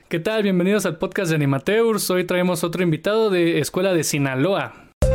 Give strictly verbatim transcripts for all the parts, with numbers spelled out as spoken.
¿Qué tal? Bienvenidos al podcast de Animateurs. Hoy traemos otro invitado de Escuela de Sinaloa.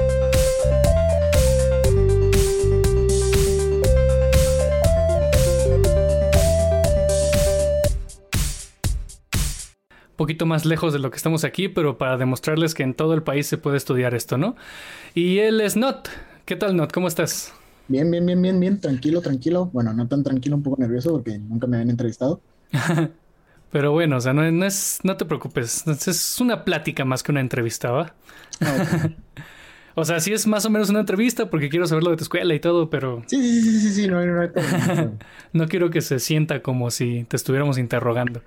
Un poquito más lejos de lo que estamos aquí, pero para demostrarles que en todo el país se puede estudiar esto, ¿no? Y él es Not. ¿Qué tal, Not? ¿Cómo estás? Bien, bien, bien, bien, bien, tranquilo, tranquilo. Bueno, no tan tranquilo, un poco nervioso porque nunca me habían entrevistado. Pero bueno, o sea, no, no es, no te preocupes. Es una plática más que una entrevista, ¿va? Okay. O sea, sí es más o menos una entrevista porque quiero saber lo de tu escuela y todo, pero... Sí, sí, sí, sí, sí, no hay, no hay problema. No quiero que se sienta como si te estuviéramos interrogando.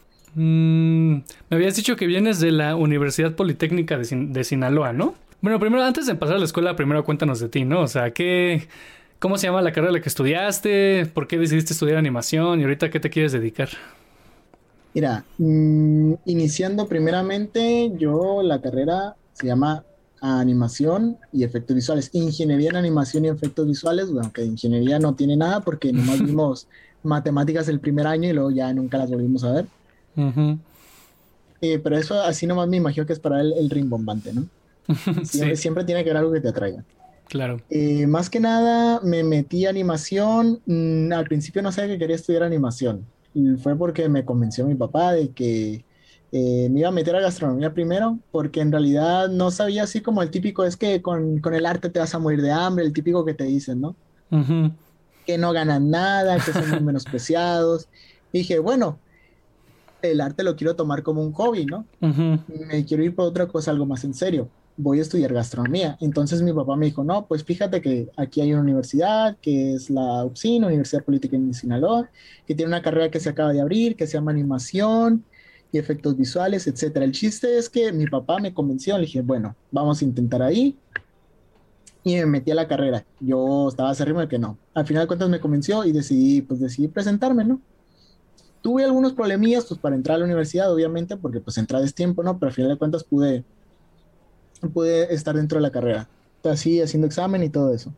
Mm, me habías dicho que vienes de la Universidad Politécnica de, Sin- de Sinaloa, ¿no? Bueno, primero, antes de pasar a la escuela, primero cuéntanos de ti, ¿no? O sea, ¿qué, ¿cómo se llama la carrera a la que estudiaste? ¿Por qué decidiste estudiar animación? ¿Y ahorita qué te quieres dedicar? Mira, mm, iniciando primeramente, yo la carrera se llama Animación y Efectos Visuales. Ingeniería en Animación y Efectos Visuales, bueno, que de ingeniería no tiene nada porque nomás vimos matemáticas el primer año y luego ya nunca las volvimos a ver. Ujú. Eh, pero eso así nomás me imagino que es para el, el rimbombante, ¿no? Siempre, Sí, siempre tiene que haber algo que te atraiga. claro. Eh, más que nada me metí a animación. Mm, al principio no sabía que quería estudiar animación. Y fue porque me convenció mi papá de que eh, me iba a meter a gastronomía primero, porque en realidad no sabía así como el típico, es que con, con el arte te vas a morir de hambre, el típico que te dicen, ¿no? Ujú. Que no ganan nada, que son muy menospreciados. Y dije, bueno, el arte lo quiero tomar como un hobby, ¿no? Ujú. Me quiero ir por otra cosa, algo más en serio. Voy a estudiar gastronomía. Entonces mi papá me dijo, no, pues fíjate que aquí hay una universidad, que es la UPSIN, Universidad Política en Sinaloa, que tiene una carrera que se acaba de abrir, que se llama animación y efectos visuales, etcétera. El chiste es que mi papá me convenció, le dije, bueno, vamos a intentar ahí. Y me metí a la carrera. Yo estaba acérrimo de que no. Al final de cuentas me convenció y decidí, pues decidí presentarme, ¿no? Tuve algunos problemillas, pues para entrar a la universidad, obviamente, porque pues entrar es tiempo, ¿no? Pero al final de cuentas pude pude estar dentro de la carrera, así haciendo examen y todo eso.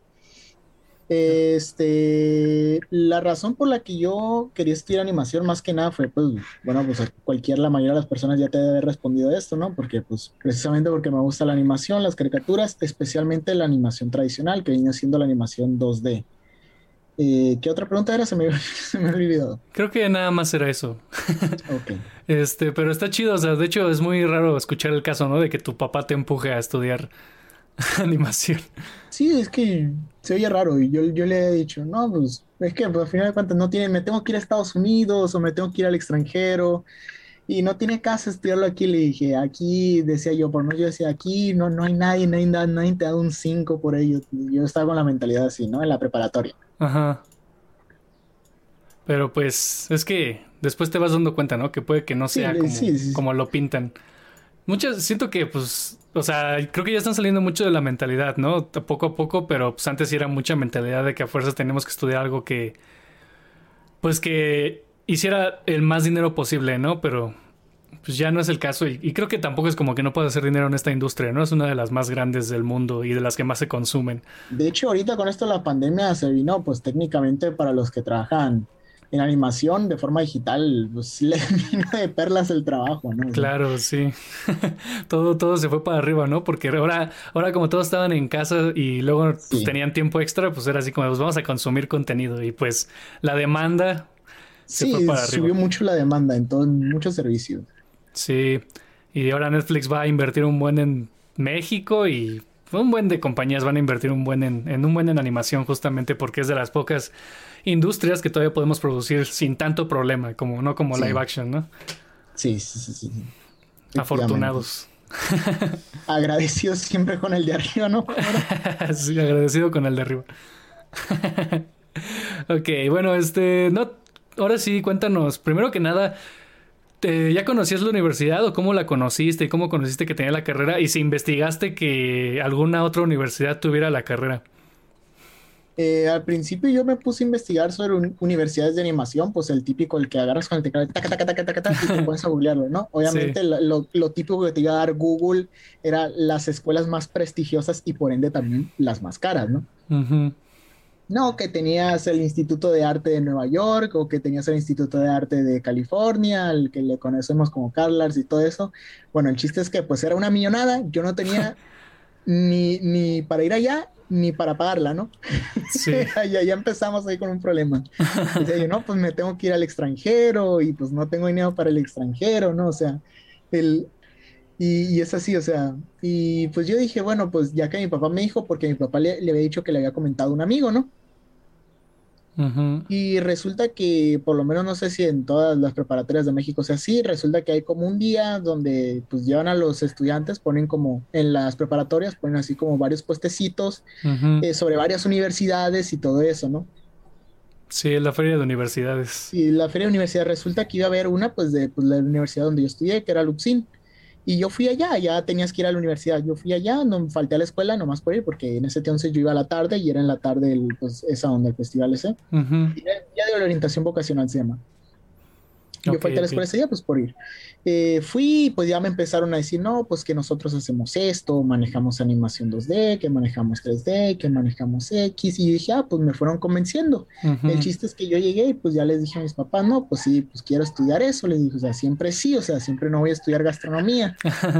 Este, la razón por la que yo quería estudiar animación más que nada fue, pues, bueno, pues cualquier, la mayoría de las personas ya te debe haber respondido esto, ¿no? Porque, pues, precisamente porque me gusta la animación, las caricaturas, especialmente la animación tradicional, que viene siendo la animación dos D. Eh, ¿qué otra pregunta era? Se me, se me ha olvidado. Creo que nada más era eso. Ok. Este, pero está chido, o sea, de hecho es muy raro escuchar el caso, ¿no? De que tu papá te empuje a estudiar animación. Sí, es que se oye raro y yo, yo le he dicho, no, pues es que pues, al final de cuentas no tiene, me tengo que ir a Estados Unidos o me tengo que ir al extranjero y no tiene caso estudiarlo aquí. Le dije, aquí, decía yo, por no, yo decía, aquí no, no hay nadie, nadie, da- nadie te da un cinco por ello. Yo estaba con la mentalidad así, ¿no? En la preparatoria. Ajá. Pero pues es que después te vas dando cuenta, ¿no? Que puede que no Sí, sea le- como, sí, sí, sí. como lo pintan. Muchas, siento que pues, o sea, creo que ya están saliendo mucho de la mentalidad, ¿no? Poco a poco, pero pues antes sí era mucha mentalidad de que a fuerzas tenemos que estudiar algo que, pues que hiciera el más dinero posible, ¿no? Pero pues ya no es el caso y, y creo que tampoco es como que no puedas hacer dinero en esta industria, ¿no? Es una de las más grandes del mundo y de las que más se consumen. De hecho, ahorita con esto de la pandemia se vino, pues técnicamente para los que trabajan en animación de forma digital, pues le vino de perlas el trabajo, ¿no? O sea, Claro, sí. todo, todo se fue para arriba, ¿no? Porque ahora, ahora como todos estaban en casa y luego pues, sí. tenían tiempo extra, pues era así como, pues vamos a consumir contenido. Y pues la demanda se fue Sí, para arriba. subió mucho la demanda en todos muchos servicios. Sí. Y ahora Netflix va a invertir un buen en México y un buen de compañías van a invertir un buen en, en un buen en animación justamente porque es de las pocas industrias que todavía podemos producir sin tanto problema, como no como live Sí, action, ¿no? sí, sí, sí, sí, sí, efectivamente. Afortunados. Agradecidos siempre con el de arriba, ¿no? ¿Cómo era? Sí, agradecido con el de arriba. Ok, bueno, este, no, ahora sí, cuéntanos, primero que nada, ¿te- ¿ya conocías la universidad o cómo la conociste y cómo conociste que tenía la carrera y si investigaste que alguna otra universidad tuviera la carrera? Eh, al principio yo me puse a investigar sobre un- universidades de animación, pues el típico, el que agarras con el teclado, taca, taca, taca, taca, taca, y te pones a googlearlo, ¿no? Sí. Obviamente lo, lo- lo típico que te iba a dar Google era las escuelas más prestigiosas y por ende también las más caras, ¿no? Ujú. No, que tenías el Instituto de Arte de Nueva York o que tenías el Instituto de Arte de California, el que le conocemos como CalArts y todo eso. Bueno, el chiste es que pues era una millonada, yo no tenía ni, ni para ir allá ni para pagarla, ¿no? Sí. ya, ya empezamos ahí con un problema. Decía yo, no, pues me tengo que ir al extranjero y pues no tengo dinero para el extranjero, ¿no? O sea, el, y, y es así, o sea, y pues yo dije, bueno, pues ya que mi papá me dijo, porque mi papá le, le había dicho que le había comentado a un amigo, ¿no? Ujú, Y resulta que, por lo menos no sé si en todas las preparatorias de México sea así, resulta que hay como un día donde pues llevan a los estudiantes, ponen como en las preparatorias, ponen así como varios puestecitos ujú. eh, sobre varias universidades y todo eso, ¿no? Sí, la feria de universidades. Y la feria de universidad resulta que iba a haber una pues de pues, la universidad donde yo estudié, que era Luxin. Y yo fui allá, ya tenías que ir a la universidad. Yo fui allá, no falté a la escuela nomás por ir, porque en ese entonces yo iba a la tarde y era en la tarde el, pues, esa onda, el festival ese. Ujú. Día, día de la orientación vocacional se llama. Yo Ok, falté a la ok. escuela ese día, pues por ir. Eh, fui, pues ya me empezaron a decir, no, pues que nosotros hacemos esto, manejamos animación dos D, que manejamos tres D, que manejamos X, y yo dije, ah, pues me fueron convenciendo. El Ujú. chiste es que yo llegué y pues ya les dije a mis papás, no, pues sí, pues quiero estudiar eso, les dije, o sea, siempre sí, o sea, siempre no voy a estudiar gastronomía.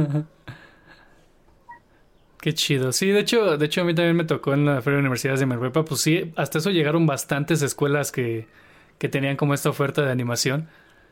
Qué chido. Sí, de hecho, de hecho a mí también me tocó en la Feria de Universidades de Mervepa, pues sí, hasta eso llegaron bastantes escuelas que, que tenían como esta oferta de animación.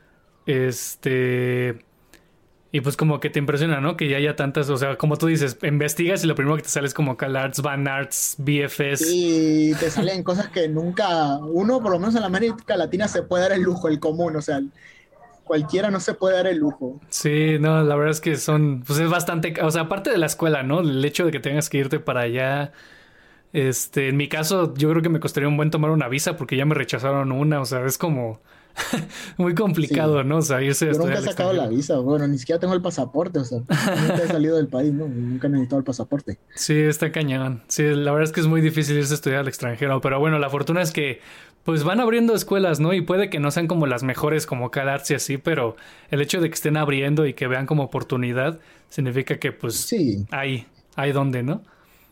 Este, y pues como que te impresiona, ¿no? Que ya haya tantas, o sea, como tú dices, investigas y lo primero que te sale es como CalArts, VanArts, V F S. Y te salen cosas que nunca, uno, por lo menos en la América Latina, se puede dar el lujo, el común, o sea, cualquiera no se puede dar el lujo. Sí, no, la verdad es que son, pues es bastante, o sea, aparte de la escuela, ¿no? El hecho de que tengas que irte para allá. Este, en mi caso, yo creo que me costaría un buen tomar una visa porque ya me rechazaron una, o sea, es como muy Sí. complicado, ¿no? O sea, irse a Yo estudiar nunca he al sacado la extranjero. visa, bueno, ni siquiera tengo el pasaporte, o sea, nunca he salido del país, ¿no? Nunca he necesitado el pasaporte. Sí, está cañón. Sí, la verdad es que es muy difícil irse a estudiar al extranjero, pero bueno, la fortuna es que pues van abriendo escuelas, ¿no? Y puede que no sean como las mejores como CalArts y así, pero el hecho de que estén abriendo y que vean como oportunidad significa que pues Sí, hay, hay donde, ¿no?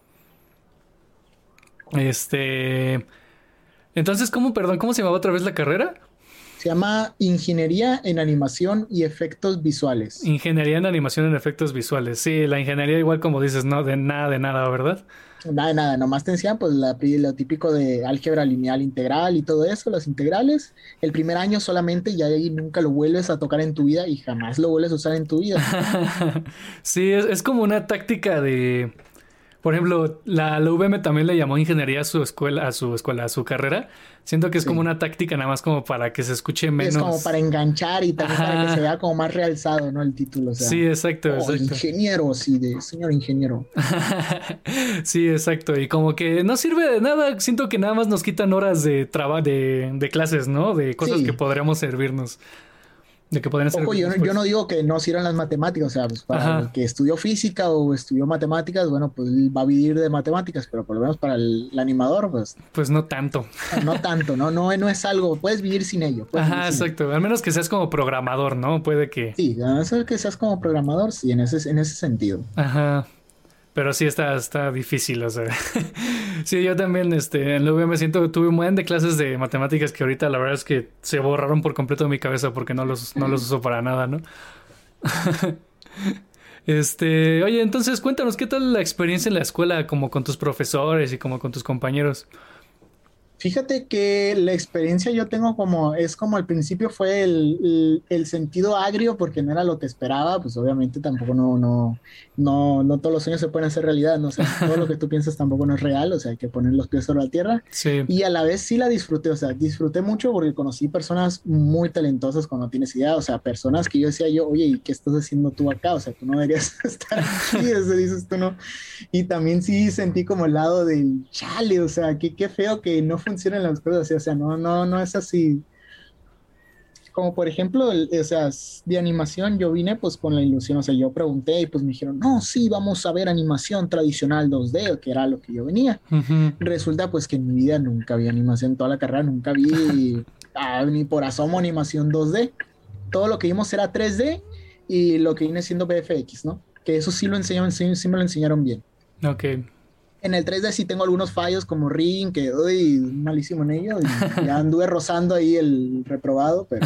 Este, entonces, ¿cómo, perdón, cómo se llamaba otra vez la carrera? se llama Ingeniería en Animación y Efectos Visuales. Ingeniería en animación en efectos visuales. Sí, la ingeniería igual como dices, no, de nada, de nada, ¿verdad? Nada, de nada, nomás te enseñan pues la, pri- lo típico de álgebra lineal integral y todo eso, las integrales. El primer año solamente y ahí nunca lo vuelves a tocar en tu vida y jamás lo vuelves a usar en tu vida. Sí, es, es como una táctica de... Por ejemplo, la, la U V M también le llamó ingeniería a su escuela, a su escuela, a su carrera. Siento que es como Sí. una táctica nada más como para que se escuche Es como menos. para enganchar y también para que se Ajá. vea como más realzado, ¿no? El título, o sea, Sí, exacto, oh, exacto. ingeniero, sí, de señor ingeniero. Sí, exacto. Y como que no sirve de nada. Siento que nada más nos quitan horas de trabajo, de, de clases, ¿no? De cosas que Sí, podríamos servirnos. De que podrían ojo, yo, servirnos, no- yo pues. no digo que no sirvan las matemáticas, o sea, pues para el Ajá. que estudió física o estudió matemáticas, bueno, pues él va a vivir de matemáticas, pero por lo menos para el, el animador, pues Pues no tanto. no tanto, ¿no? No, no es algo, puedes vivir sin ello, puedes vivir Ajá, sin ello. exacto. Al menos que seas como programador, ¿no? Puede que. Sí, a no ser que seas como programador, sí, en ese, en ese sentido. Ajá. Pero sí está, está difícil, o sea. Sí, yo también, este, en la U V me siento, tuve un buen de clases de matemáticas que ahorita la verdad es que se borraron por completo de mi cabeza porque no los, no los uso para nada, ¿no? Este, oye, entonces cuéntanos, ¿qué tal la experiencia en la escuela, como con tus profesores y como con tus compañeros? Fíjate que la experiencia yo tengo como, es como al principio fue el, el, el sentido agrio porque no era lo que esperaba, pues obviamente tampoco no, no, no, no todos los sueños se pueden hacer realidad, no, o sea, todo lo que tú piensas tampoco no es real, o sea, hay que poner los pies sobre la tierra Sí, y a la vez sí la disfruté, o sea, disfruté mucho porque conocí personas muy talentosas cuando no tienes idea, o sea, personas que yo decía yo, oye, ¿y qué estás haciendo tú acá? O sea, tú no deberías estar aquí, eso dices tú no. Y también sí sentí como el lado del chale, o sea, qué, qué feo que no funcionen las cosas así, o sea, no, no, no es así. Como por ejemplo, el- o sea, s- de animación yo vine pues con la ilusión, o sea, yo pregunté y pues me dijeron, no, sí, vamos a ver animación tradicional dos D, que era lo que yo venía. ujú, Resulta pues que en mi vida nunca vi animación, toda la carrera nunca vi ah, ni por asomo animación dos D. Todo lo que vimos era tres D y lo que viene siendo V F X, ¿no? Que eso sí lo enseñaron, sí, sí me lo enseñaron bien. ok. En el tres D sí tengo algunos fallos como rigging, que uy, malísimo en ello. Y ya anduve rozando ahí el reprobado, pero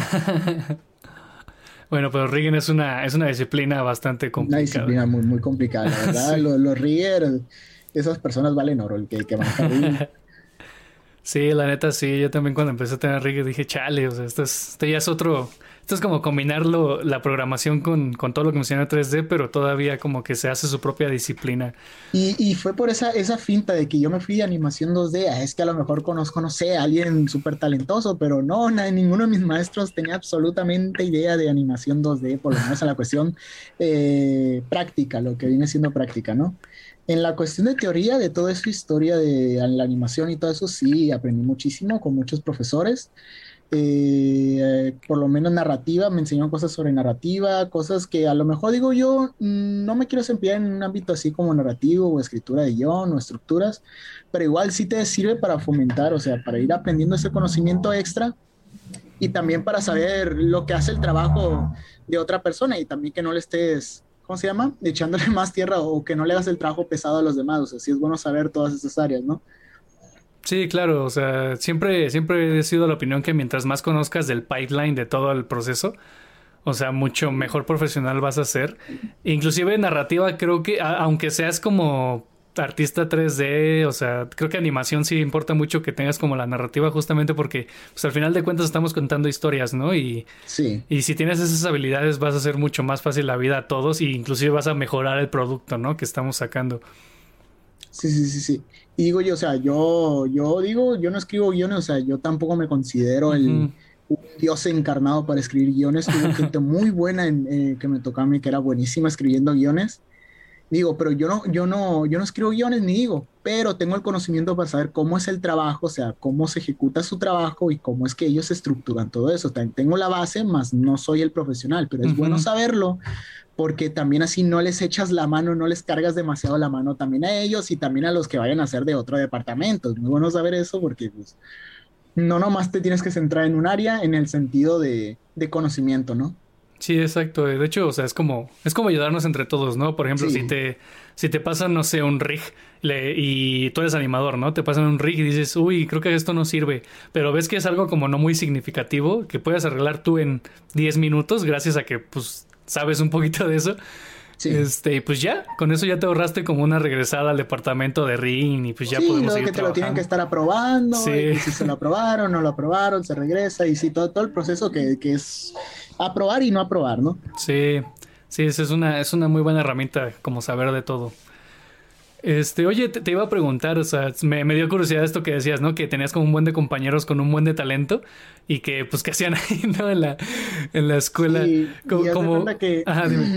Bueno, pero rigging es una, es una disciplina bastante una complicada. disciplina muy, muy complicada, la verdad. Sí. Los, los riggers, esas personas valen oro, el que, el que maneja rigging. Sí, la neta sí, yo también cuando empecé a tener rig dije, chale, o sea, esto, es, esto ya es otro, esto es como combinarlo, la programación con, con todo lo que menciona tres D, pero todavía como que se hace su propia disciplina. Y, y fue por esa, esa finta de que yo me fui de animación dos D. Ah, es que a lo mejor conozco, no sé, a alguien súper talentoso, pero no, na- ninguno de mis maestros tenía absolutamente idea de animación dos D, por lo menos en la cuestión eh, práctica, lo que viene siendo práctica, ¿no? En la cuestión de teoría de toda esa historia de la animación y todo eso, sí, aprendí muchísimo con muchos profesores. Eh, por lo menos narrativa, me enseñó cosas sobre narrativa, cosas que a lo mejor digo yo, mm, no me quiero desempeñar en un ámbito así como narrativo o escritura de guión o estructuras, pero igual sí te sirve para fomentar, o sea, para ir aprendiendo ese conocimiento extra y también para saber lo que hace el trabajo de otra persona y también que no le estés, ¿cómo se llama? Echándole más tierra o que no le hagas el trabajo pesado a los demás, o sea, sí es bueno saber todas esas áreas, ¿no? Sí, claro, o sea, siempre, siempre he sido la opinión que mientras más conozcas del pipeline de todo el proceso, o sea, mucho mejor profesional vas a ser. Inclusive narrativa, creo que, a- aunque seas como artista tres D, o sea, creo que animación sí importa mucho que tengas como la narrativa justamente porque, pues al final de cuentas estamos contando historias, ¿no? Y, Sí. y si tienes esas habilidades vas a hacer mucho más fácil la vida a todos e inclusive vas a mejorar el producto, ¿no? Que estamos sacando. Sí, sí, sí, sí. Y digo yo, o sea, yo, yo digo, yo no escribo guiones, o sea, yo tampoco me considero el Ujú. un dios encarnado para escribir guiones. Hubo gente muy buena en, eh, que me tocó a mí, que era buenísima escribiendo guiones. Digo, pero yo no, yo no, yo no escribo guiones ni digo, pero tengo el conocimiento para saber cómo es el trabajo, o sea, cómo se ejecuta su trabajo y cómo es que ellos estructuran todo eso. También tengo la base, más no soy el profesional, pero es bueno Ujú. saberlo porque también así no les echas la mano, no les cargas demasiado la mano también a ellos y también a los que vayan a ser de otro departamento. Es muy bueno saber eso porque pues, no nomás te tienes que centrar en un área en el sentido de, de conocimiento, ¿no? Sí, exacto. De hecho, o sea, es como, es como ayudarnos entre todos, ¿no? Por ejemplo, si Sí, te, si te pasan, no sé, un rig le- y tú eres animador, ¿no? Te pasan un rig y dices, uy, creo que esto no sirve. Pero ves que es algo como no muy significativo, que puedes arreglar tú en diez minutos gracias a que, pues, sabes un poquito de eso. sí. Este, y pues ya, con eso ya te ahorraste como una regresada al departamento de ring y pues ya Sí, podemos luego seguir que te lo tienen que trabajando. estar aprobando y Sí, que si se lo aprobaron, no lo aprobaron, se regresa y sí, todo, todo el proceso que, que es aprobar y no aprobar, ¿no? sí, sí, esa es una, es una muy buena herramienta como saber de todo. Este, oye, te, te iba a preguntar, o sea, me, me dio curiosidad esto que decías, ¿no? Que tenías como un buen de compañeros con un buen de talento y que, pues, ¿qué hacían ahí, ¿no? En la, en la escuela. Sí, y Como, haz de como... cuenta que Ajá, dime.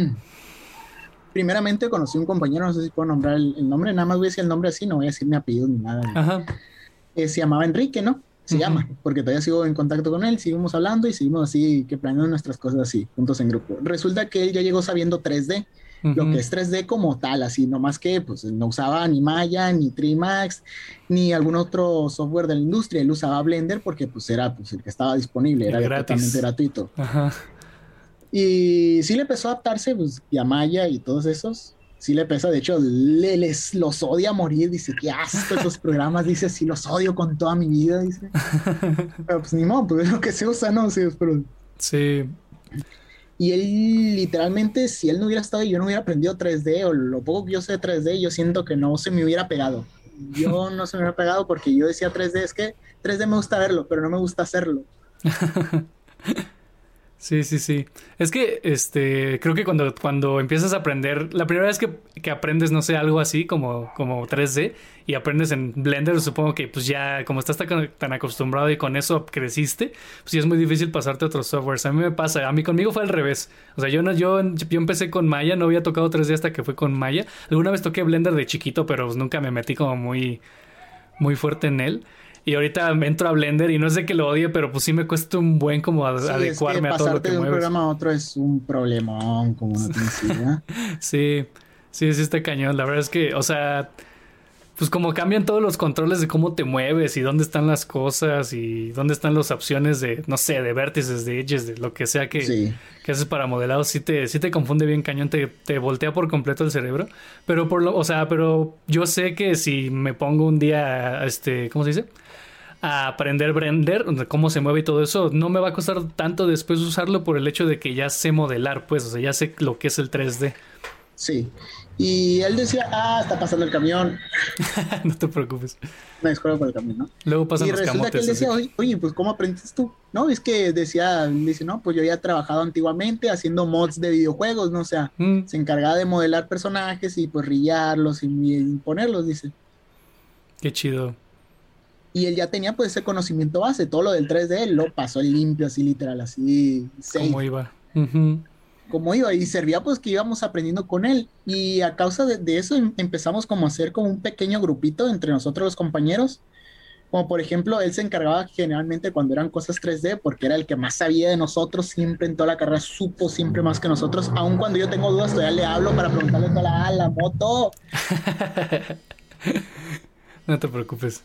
primeramente conocí un compañero, no sé si puedo nombrar el, el nombre, nada más voy a decir el nombre así, no voy a decir mi apellido ni nada. Ajá. Eh, se llamaba Enrique, ¿no? Se Ujú, llama, porque todavía sigo en contacto con él, seguimos hablando y seguimos así, que planeando nuestras cosas así, juntos en grupo. Resulta que él ya llegó sabiendo tres D, lo que ujú. es tres D como tal, así, no más que pues no usaba ni Maya, ni Trimax, ni algún otro software de la industria, él usaba Blender porque pues era pues, el que estaba disponible, El era totalmente gratis. gratuito. Ajá. Y sí le empezó a adaptarse pues, y a Maya y todos esos. Sí le pesa, de hecho, le, les, los odia a morir. Dice, qué asco esos programas. Dice, sí, los odio con toda mi vida. Dice, pero pues ni modo, pues es lo que se usa, ¿no? Sí, pero... Sí. Y él, literalmente, si él no hubiera estado y yo no hubiera aprendido tres D o lo poco que yo sé de tres D, yo siento que no se me hubiera pegado. Yo no se me hubiera pegado porque yo decía tres D, es que tres D me gusta verlo, pero no me gusta hacerlo. Sí, sí, sí. Es que, este, creo que cuando, cuando empiezas a aprender, la primera vez que, que aprendes, no sé, algo así como, como tres D y aprendes en Blender, supongo que pues ya, como estás tan, tan acostumbrado y con eso creciste, pues sí es muy difícil pasarte a otros softwares. A mí me pasa, a mí conmigo fue al revés. O sea, yo no, yo, yo empecé con Maya, no había tocado tres D hasta que fue con Maya. Alguna vez toqué Blender de chiquito, pero pues nunca me metí como muy, muy fuerte en él. Y ahorita me entro a Blender y no es de que lo odie, pero pues sí me cuesta un buen como Sí, es que adecuarme a todo lo pasarte que de un mueves. programa a otro es un problemón, como no tienes idea. Sí, sí, sí está cañón. La verdad es que, o sea, pues como cambian todos los controles de cómo te mueves y dónde están las cosas y dónde están las opciones de, no sé, de vértices, de edges, de lo que sea que, Sí. que haces para modelado, sí te, sí te confunde bien cañón, te, te voltea por completo el cerebro. Pero por lo, o sea, pero yo sé que si me pongo un día, este, ¿cómo se dice? A aprender Blender, cómo se mueve y todo eso, no me va a costar tanto después usarlo por el hecho de que ya sé modelar, pues, o sea, ya sé lo que es el tres D. Sí. Y él decía, ah, está pasando el camión. No te preocupes. Me disculpo por el camión, ¿no? Luego pasan Y los resulta que él camotes. decía, Así. oye, oye, pues ¿cómo aprendiste tú? No, es que decía, dice, no, pues yo ya he trabajado antiguamente haciendo mods de videojuegos, ¿no? O sea, Mm, se encargaba de modelar personajes y pues rillarlos y, y ponerlos, dice. qué chido. Y él ya tenía pues ese conocimiento base, todo lo del tres D, él lo pasó limpio, así literal, así, ¿Cómo safe, iba? Ujú. como iba. Y servía pues que íbamos aprendiendo con él. Y a causa de, de eso em- empezamos como a hacer como un pequeño grupito entre nosotros los compañeros. Como por ejemplo, él se encargaba generalmente cuando eran cosas tres D, porque era el que más sabía de nosotros, siempre en toda la carrera supo siempre más que nosotros. Aun cuando yo tengo dudas, todavía le hablo para preguntarle toda la, ah, la moto. No te preocupes.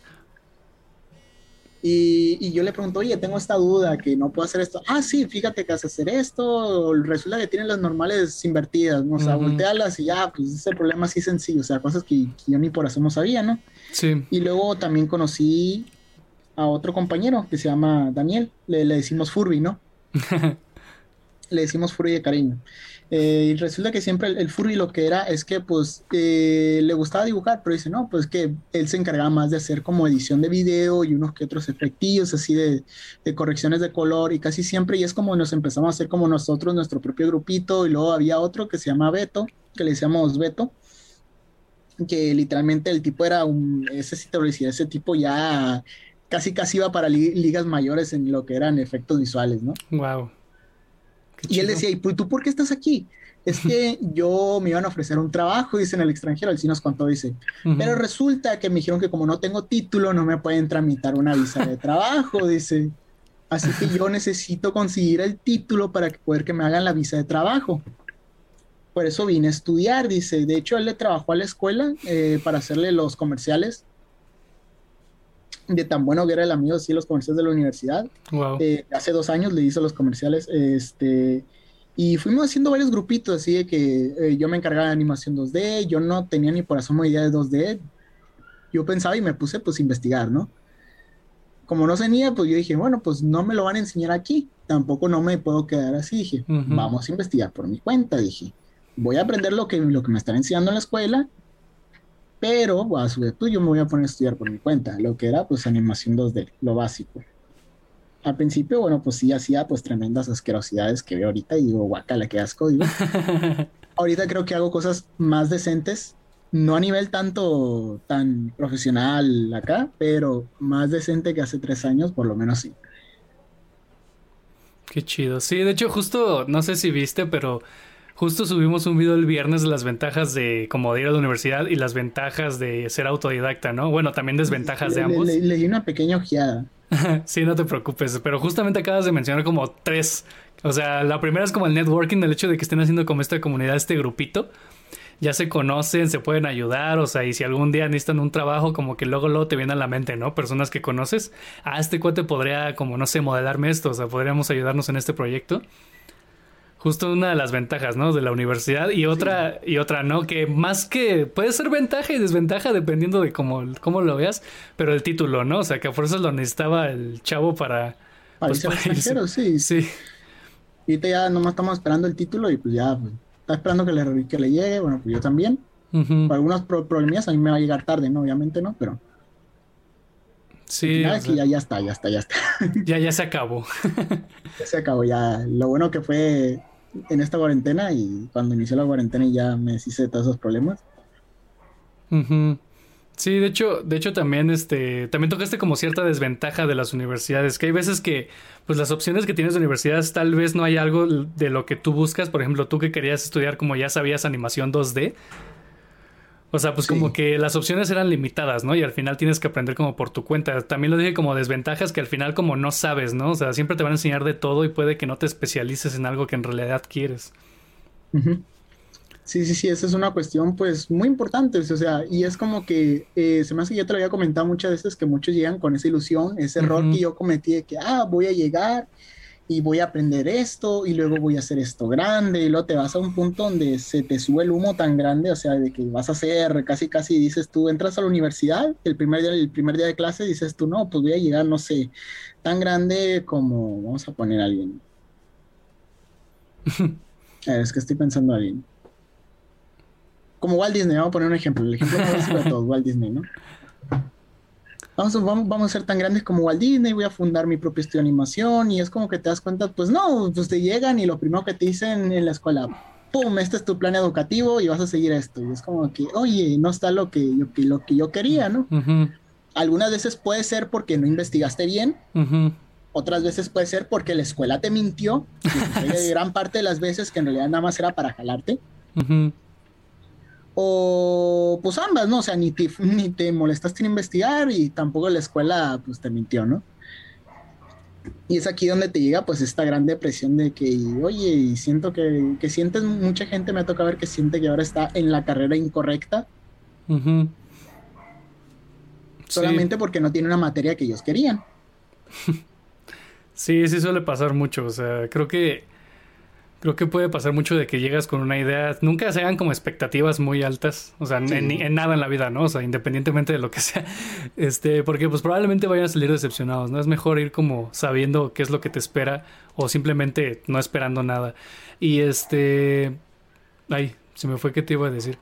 Y, y yo le pregunto, oye, tengo esta duda, que no puedo hacer esto. Ah, sí, fíjate que haces hacer esto, resulta que tienen las normales invertidas, ¿no? O sea, Ujú. voltealas y ya, pues ese problema así sencillo, o sea, cosas que, que yo ni por eso no sabía, ¿no? Sí. Y luego también conocí a otro compañero que se llama Daniel, le, le decimos Furby, ¿no? Le decimos Furby de cariño. Eh, y resulta que siempre el, el Furby lo que era es que pues eh, le gustaba dibujar, pero dice, no, pues que él se encargaba más de hacer como edición de video y unos que otros efectillos así de, de correcciones de color y casi siempre, y es como nos empezamos a hacer como nosotros nuestro propio grupito, y luego había otro que se llama Beto, que le decíamos Beto, que literalmente el tipo era un, ese sí te lo decía, ese tipo ya casi casi iba para li- ligas mayores en lo que eran efectos visuales, ¿no? Wow. Qué Y él chido. decía, ¿y pues, tú por qué estás aquí? Es que yo me iban a ofrecer un trabajo, dice, en el extranjero, él sí nos contó, dice, pero Ujú. resulta que me dijeron que como no tengo título, no me pueden tramitar una visa de trabajo, dice, así que yo necesito conseguir el título para que poder que me hagan la visa de trabajo. Por eso vine a estudiar, dice, de hecho él le trabajó a la escuela eh, para hacerle los comerciales, de tan bueno que era el amigo, sí, los comerciales de la universidad. Wow. Eh, hace dos años le hizo los comerciales, este, y fuimos haciendo varios grupitos, así de que eh, yo me encargaba de animación dos D, yo no tenía ni por asomo idea de dos D, yo pensaba y me puse pues a investigar, ¿no? Como no tenía, pues yo dije, bueno, pues no me lo van a enseñar aquí, tampoco no me puedo quedar así, dije, Ujú. vamos a investigar por mi cuenta, dije, voy a aprender lo que, lo que me están enseñando en la escuela, pero a su vez, pues yo me voy a poner a estudiar por mi cuenta, lo que era pues animación dos D, lo básico. Al principio, bueno, pues sí hacía pues tremendas asquerosidades que veo ahorita y digo, guacala, qué asco, digo. Ahorita creo que hago cosas más decentes, no a nivel tanto tan profesional acá, pero más decente que hace tres años, por lo menos sí. Qué chido. Sí, de hecho, justo, no sé si viste, pero justo subimos un video el viernes de las ventajas de como de ir a la universidad y las ventajas de ser autodidacta, ¿no? Bueno, también desventajas de Le, le, ambos. le, le di una pequeña ojeada. Sí, no te preocupes, pero justamente acabas de mencionar como tres. O sea, la primera es como el networking, el hecho de que estén haciendo como esta comunidad, este grupito. Ya se conocen, se pueden ayudar, o sea, y si algún día necesitan un trabajo, como que luego luego te viene a la mente, ¿no? Personas que conoces. Ah, este cuate podría, como no sé, modelarme esto, o sea, podríamos ayudarnos en este proyecto. Justo una de las ventajas, ¿no? De la universidad y Sí, otra y otra, ¿no? Que más que puede ser ventaja y desventaja dependiendo de cómo, cómo lo veas, pero el título, ¿no? O sea, que a fuerzas lo necesitaba el chavo para, para pues irse al para irse. extranjero, sí. Sí. Ahorita ya nomás estamos esperando el título y pues ya, pues, está esperando que le, que le llegue, bueno, pues yo también. Ujú. Por algunos pro problemillas a mí me va a llegar tarde, ¿no? Obviamente no, pero al Sí, final o es que sea, ya, ya está, ya está, ya está. ya ya se acabó. Ya se acabó, ya. Lo bueno que fue en esta cuarentena y cuando inició la cuarentena y ya me deshice de todos esos problemas. Ujú. Sí, de hecho, de hecho también este, también tocaste como cierta desventaja de las universidades, que hay veces que pues las opciones que tienes de universidades tal vez no hay algo de lo que tú buscas, por ejemplo, tú que querías estudiar como ya sabías animación dos D, o sea, pues como Sí. que las opciones eran limitadas, ¿no? Y al final tienes que aprender como por tu cuenta. También lo dije como desventajas que al final como no sabes, ¿no? O sea, siempre te van a enseñar de todo y puede que no te especialices en algo que en realidad quieres. Ujú. Sí, sí, sí, esa es una cuestión pues muy importante, o sea, y es como que eh, se me hace que ya te lo había comentado muchas veces que muchos llegan con esa ilusión, ese error que Ujú. yo cometí de que, ah, voy a llegar y voy a aprender esto y luego voy a hacer esto grande y luego te vas a un punto donde se te sube el humo tan grande, o sea, de que vas a hacer casi, casi, dices tú, entras a la universidad, el primer día, el primer día de clase dices tú, no, pues voy a llegar, no sé, tan grande como, vamos a poner a alguien, a ver, es que estoy pensando a alguien. Como Walt Disney, vamos a poner un ejemplo, el ejemplo más básico de todos, Walt Disney, ¿no? Vamos a, vamos, vamos a ser tan grandes como Walt Disney, voy a fundar mi propio estudio de animación y es como que te das cuenta, pues no, pues te llegan y lo primero que te dicen en la escuela, ¡pum! Este es tu plan educativo y vas a seguir esto. Y es como que, oye, no está lo que yo, que- lo que yo quería, ¿no? Ujú. Algunas veces puede ser porque no investigaste bien, Ujú. otras veces puede ser porque la escuela te mintió, que sucede gran parte de las veces que en realidad nada más era para jalarte. Ujú. O pues ambas, ¿no? O sea, ni te, ni te molestaste en investigar y tampoco la escuela pues te mintió, ¿no? Y es aquí donde te llega pues esta gran depresión de que, oye, y siento que, que sientes, mucha gente me ha tocado ver que siente que ahora está en la carrera incorrecta Ujú. Sí, solamente porque no tiene una materia que ellos querían. sí, sí suele pasar mucho. O sea, creo que creo que puede pasar mucho de que llegas con una idea. Nunca se hagan como expectativas muy altas. O sea, en, Sí, en nada en la vida, ¿no? O sea, independientemente de lo que sea. Este, porque pues probablemente vayan a salir decepcionados, ¿no? Es mejor ir como sabiendo qué es lo que te espera o simplemente no esperando nada. Y este, ay, se me fue qué te iba a decir.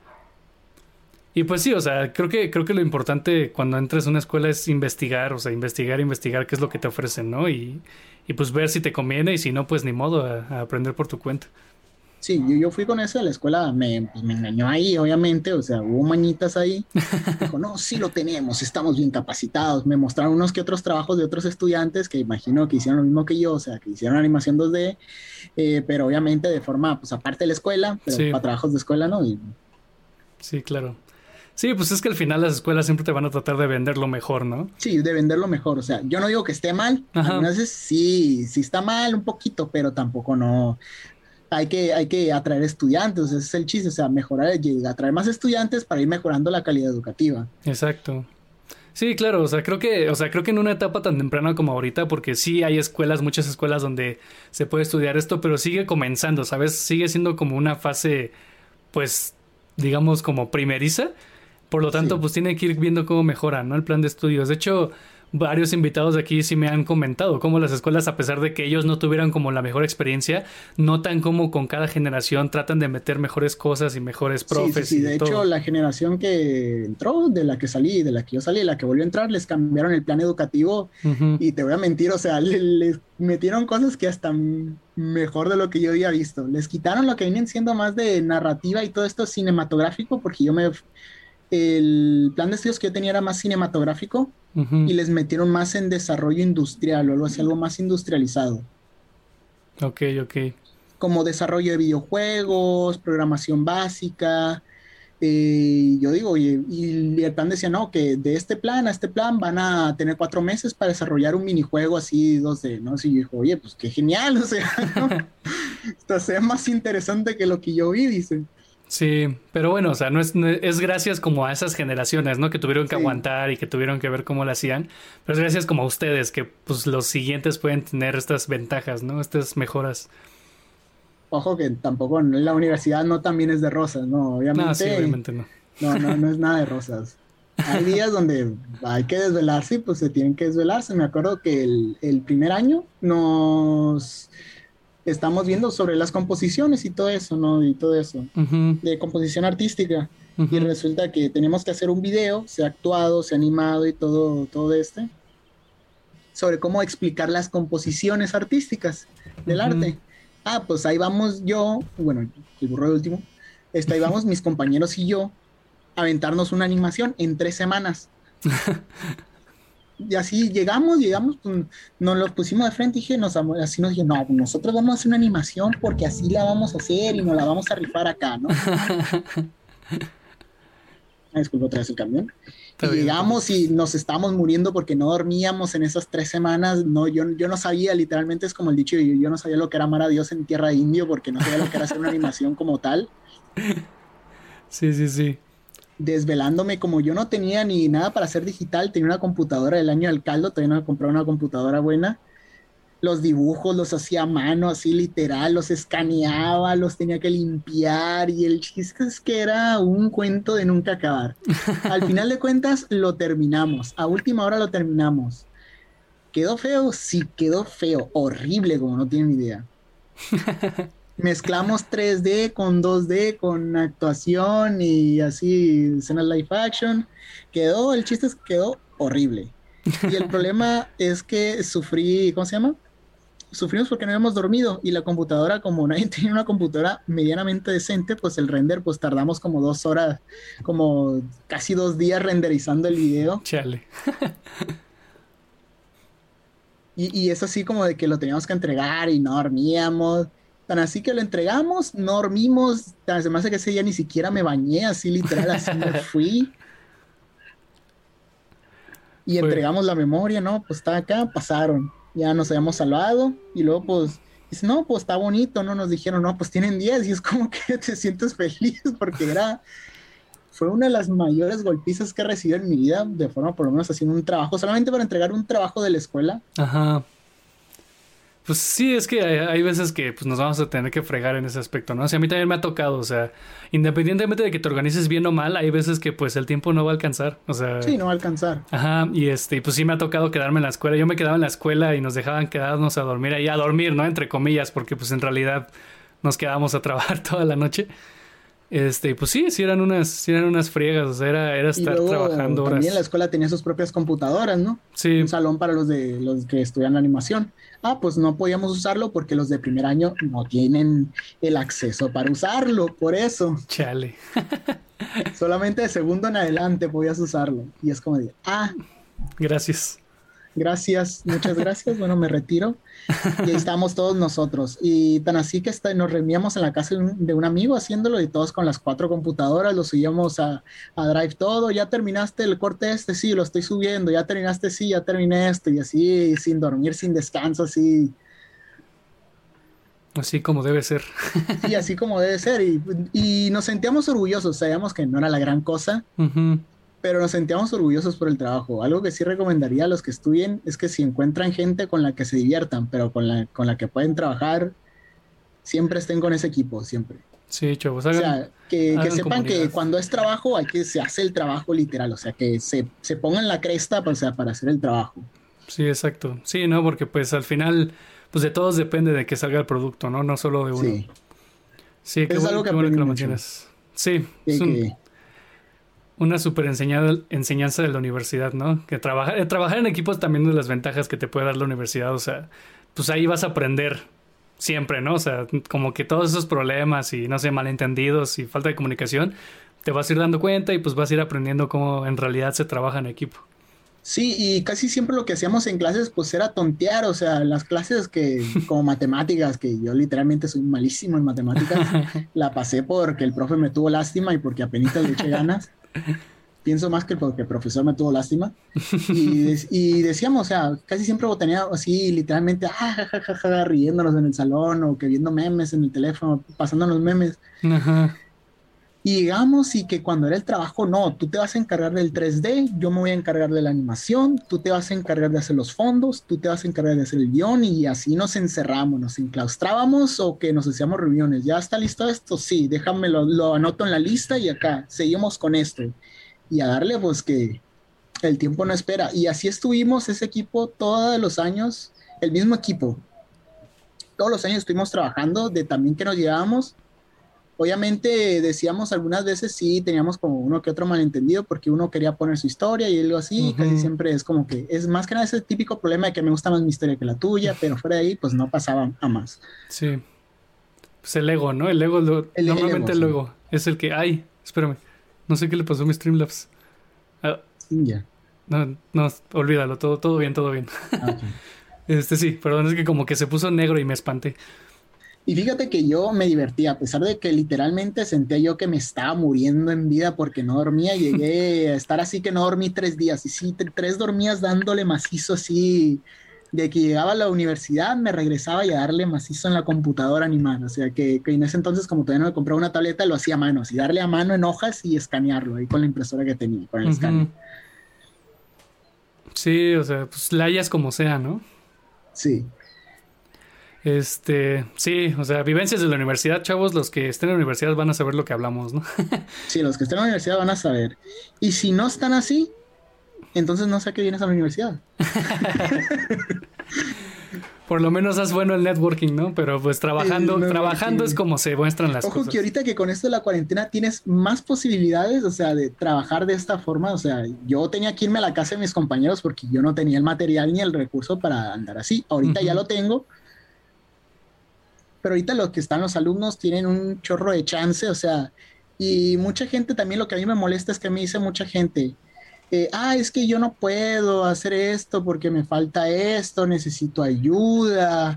Y pues sí, o sea, creo que creo que lo importante cuando entres a una escuela es investigar, o sea, investigar, investigar qué es lo que te ofrecen, ¿no? Y, y pues ver si te conviene y si no, pues ni modo, a, a aprender por tu cuenta. sí, yo, yo fui con eso a la escuela, me, pues, me engañó ahí, obviamente, o sea, hubo mañitas ahí. Dijo, no, sí lo tenemos, estamos bien capacitados. Me mostraron unos que otros trabajos de otros estudiantes que imagino que hicieron lo mismo que yo, o sea, que hicieron animación dos D, eh, pero obviamente de forma, pues aparte de la escuela, pero Sí, para trabajos de escuela, ¿no? Y sí, claro. Sí, pues es que al final las escuelas siempre te van a tratar de vender lo mejor, ¿no? sí, de venderlo mejor. O sea, yo no digo que esté mal. Ajá. Algunas veces sí, sí está mal un poquito, pero tampoco no. Hay que, hay que atraer estudiantes, ese es el chiste. O sea, mejorar, y atraer más estudiantes para ir mejorando la calidad educativa. Exacto. Sí, claro, o sea, creo que, o sea, creo que en una etapa tan temprana como ahorita, porque sí hay escuelas, muchas escuelas donde se puede estudiar esto, pero sigue comenzando, ¿sabes? Sigue siendo como una fase, pues, digamos, como primeriza. Por lo tanto, Sí. pues tiene que ir viendo cómo mejora, ¿no? El plan de estudios. De hecho, varios invitados de aquí sí me han comentado cómo las escuelas, a pesar de que ellos no tuvieran como la mejor experiencia, notan cómo con cada generación tratan de meter mejores cosas y mejores Sí, sí, profes sí. y De hecho, todo. la generación que entró, de la que salí, de la que yo salí, la que volvió a entrar, les cambiaron el plan educativo Ujú. y te voy a mentir, o sea, le- les metieron cosas que hasta m- mejor de lo que yo había visto. Les quitaron lo que vienen siendo más de narrativa y todo esto cinematográfico, porque yo me, el plan de estudios que yo tenía era más cinematográfico Ujú. y les metieron más en desarrollo industrial o algo así, algo más industrializado, Ok, ok. como desarrollo de videojuegos, programación básica. Eh, yo digo, y, y el plan decía, no, que de este plan a este plan van a tener cuatro meses para desarrollar un minijuego así dos D, ¿no? Así yo dijo, oye, pues qué genial, o sea, ¿no? Esto sea más interesante que lo que yo vi, dice. Sí, pero bueno, o sea, no es, no es es gracias como a esas generaciones, ¿no? Que tuvieron que Sí, aguantar y que tuvieron que ver cómo lo hacían. Pero es gracias como a ustedes que pues los siguientes pueden tener estas ventajas, ¿no? Estas mejoras. ojo que tampoco en la universidad no también es de rosas, ¿no? No, sí, Obviamente, obviamente no. no, no, no es nada de rosas. Hay días donde hay que desvelarse y pues se tienen que desvelarse. Me acuerdo que el, el primer año nos estamos viendo sobre las composiciones y todo eso, ¿no? Y todo eso, Ujú. de composición artística. Y Ujú. resulta que tenemos que hacer un video, sea actuado, sea animado y todo, todo este, sobre cómo explicar las composiciones artísticas del Ujú. arte. Ah, pues ahí vamos yo, bueno, el burro de último, este, ahí vamos mis compañeros y yo a aventarnos una animación en tres semanas. Y así llegamos, llegamos, pues, nos lo pusimos de frente y dije, nos, así nos dije, no, nosotros vamos a hacer una animación porque así la vamos a hacer y nos la vamos a rifar acá, ¿no? Ah, disculpa, otra vez el camión. Está Y bien, llegamos y entonces. nos estábamos muriendo porque no dormíamos en esas tres semanas. No, yo, yo no sabía, literalmente es como el dicho, yo, yo no sabía lo que era amar a Dios en tierra de indio porque no sabía lo que era hacer una animación como tal. Sí, sí, sí. Desvelándome como yo no tenía ni nada para hacer digital, tenía una computadora del año del caldo, todavía no me compré una computadora buena. Los dibujos los hacía a mano, así literal, los escaneaba, los tenía que limpiar y el chiste es que era un cuento de nunca acabar. Al final de cuentas lo terminamos, a última hora lo terminamos. ¿Quedó feo? Sí, quedó feo, horrible como no tienen idea. Mezclamos tres D con dos D, con actuación y así, escenas live action. Quedó, el chiste es que quedó horrible. Y el problema es que sufrí, ¿cómo se llama? Sufrimos porque no habíamos dormido y la computadora, como nadie tenía una computadora medianamente decente, pues el render, pues tardamos como dos horas, como casi dos días renderizando el video. Chale. Y, y es así como de que lo teníamos que entregar y no dormíamos. Tan así que lo entregamos, no dormimos. Tan, se me hace que ese día ni siquiera me bañé, así literal, así me fui. Y Fue. entregamos la memoria, ¿no? Pues está acá, pasaron. Ya nos habíamos salvado. Y luego, pues, dice, no, pues está bonito, ¿no? Nos dijeron, no, pues tienen diez. Y es como que te sientes feliz porque era, fue una de las mayores golpizas que he recibido en mi vida, de forma por lo menos haciendo un trabajo, solamente para entregar un trabajo de la escuela. Ajá. Pues sí, es que hay, hay veces que pues, nos vamos a tener que fregar en ese aspecto, ¿no? O sea, a mí también me ha tocado, o sea, independientemente de que te organices bien o mal, hay veces que pues el tiempo no va a alcanzar, o sea, Sí, no va a alcanzar. ajá, y este, pues sí me ha tocado quedarme en la escuela, yo me quedaba en la escuela y nos dejaban quedarnos a dormir ahí, a dormir, ¿no? Entre comillas, porque pues en realidad nos quedábamos a trabajar toda la noche. Este, pues sí, sí eran unas, sí eran unas friegas, o sea, era, era Y estar luego trabajando también la horas. escuela tenía sus propias computadoras, ¿no? Un Sí, salón para los de los que estudian animación. Ah, pues no podíamos usarlo porque los de primer año no tienen el acceso para usarlo, por eso. chale. Solamente de segundo en adelante podías usarlo. Y es como de, ah, Gracias. gracias, muchas gracias, bueno, me retiro. Y ahí estábamos todos nosotros. Y tan así que está, nos reuníamos en la casa de un, de un amigo haciéndolo y todos con las cuatro computadoras, lo subíamos a, a Drive todo. Ya terminaste el corte este, sí, lo estoy subiendo. Ya terminaste, sí, ya terminé esto. Y así, sin dormir, sin descanso, así. Así como debe ser. Sí, así como debe ser. Y, y nos sentíamos orgullosos. Sabíamos que no era la gran cosa, Ujú. pero nos sentíamos orgullosos por el trabajo. Algo que sí recomendaría a los que estudien es que si encuentran gente con la que se diviertan, pero con la, con la que pueden trabajar, siempre estén con ese equipo, siempre. Sí, chavos, O hagan, sea, que, que hagan sepan que comunidad. cuando es trabajo hay que se hace el trabajo literal, o sea, que se, se pongan la cresta pues, o sea, para hacer el trabajo. Sí, exacto. Sí, no, porque pues al final, pues de todos depende de que salga el producto, ¿no? No solo de uno. Sí, Sí, qué es algo bueno, que qué bueno que aprendí lo mucho. mencionas. Sí, es Que, un, que, una super enseñada, enseñanza de la universidad, ¿no? Que trabajar, eh, trabajar en equipos también de las ventajas que te puede dar la universidad, o sea, pues ahí vas a aprender siempre, ¿no? O sea, como que todos esos problemas y, no sé, malentendidos y falta de comunicación, te vas a ir dando cuenta y pues vas a ir aprendiendo cómo en realidad se trabaja en equipo. sí, y casi siempre lo que hacíamos en clases pues era tontear, o sea, las clases que, como matemáticas, que yo literalmente soy malísimo en matemáticas, la pasé porque el profe me tuvo lástima y porque apenas le eché ganas. Pienso más que porque el profesor me tuvo lástima. Y, de- y decíamos, o sea, casi siempre tenía así, literalmente, ah, ja, ja, ja, ja, riéndonos en el salón o que viendo memes en el teléfono, pasándonos memes. Ajá. Y llegamos y que cuando era el trabajo, no, tú te vas a encargar del tres D, yo me voy a encargar de la animación, tú te vas a encargar de hacer los fondos, tú te vas a encargar de hacer el guión y así nos encerramos, nos enclaustrábamos o que nos hacíamos reuniones. ¿Ya está listo esto? Sí, déjame lo, lo anoto en la lista y acá, seguimos con esto. Y a darle pues que el tiempo no espera. Y así estuvimos ese equipo todos los años, el mismo equipo. Todos los años estuvimos trabajando de también que nos llevábamos. Obviamente decíamos algunas veces sí, teníamos como uno que otro malentendido porque uno quería poner su historia y algo así, y casi Ujú. siempre es como que es más que nada ese típico problema de que me gusta más mi historia que la tuya, pero fuera de ahí pues no pasaba a más. Sí. Pues el ego, ¿no? El ego, lo- El, el ego, normalmente el sí. ego es el que, ay, espérame, no sé qué le pasó a mi Streamlabs. Ah, Sí, ya. no, no, olvídalo, todo, todo bien, todo bien. Ah, ok. Este sí, perdón, es que como que se puso negro y me espanté. Y fíjate que yo me divertía, a pesar de que literalmente sentía yo que me estaba muriendo en vida porque no dormía. Llegué a estar así que no dormí tres días. Y sí, tre- tres dormías dándole macizo así. De que llegaba a la universidad, me regresaba y a darle macizo en la computadora animada. O sea, que, que en ese entonces, como todavía no me compraba una tableta, lo hacía a mano. Así, darle a mano en hojas y escanearlo ahí con la impresora que tenía, con el escáner. Ujú. Sí, o sea, pues la hayas como sea, ¿no? Sí. Este, sí, o sea, vivencias de la universidad, chavos, los que estén en la universidad van a saber lo que hablamos, ¿no? Sí, los que estén en la universidad van a saber. Y si no están así, entonces no sé a qué vienes a la universidad. Por lo menos haz bueno el networking, ¿no? Pero pues El trabajando, trabajando es networking. como se muestran las Ojo que cosas. ahorita que con esto de la cuarentena tienes más posibilidades, o sea, de trabajar de esta forma. O sea, yo tenía que irme a la casa de mis compañeros porque yo no tenía el material ni el recurso para andar así. Ahorita ya Ujú. lo tengo, pero ahorita los que están los alumnos tienen un chorro de chance, o sea, y mucha gente también lo que a mí me molesta es que me dice mucha gente, eh, ah, es que yo no puedo hacer esto porque me falta esto, necesito ayuda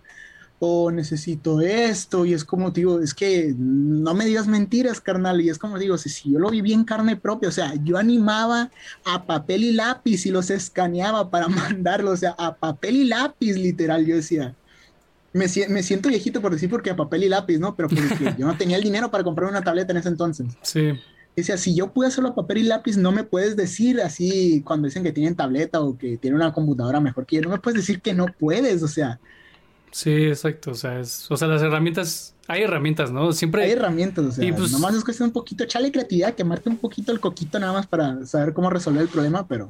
o necesito esto, y es como digo, es que no me digas mentiras, carnal, y es como digo, si, si yo lo viví en carne propia, o sea, yo animaba a papel y lápiz y los escaneaba para mandarlo, o sea, a papel y lápiz, literal, yo decía, me, si- me siento viejito por decir porque a papel y lápiz, ¿no? Pero porque yo no tenía el dinero para comprar una tableta en ese entonces. Sí, Decía, si yo pude hacerlo a papel y lápiz, no me puedes decir así cuando dicen que tienen tableta o que tienen una computadora mejor que yo, no me puedes decir que no puedes, o sea, sí, exacto. O sea, es, o sea, las herramientas, hay herramientas, ¿no? hay Siempre, herramientas, o y sea, pues, nomás es cuestión un poquito, echarle creatividad, quemarte un poquito el coquito nada más para saber cómo resolver el problema, pero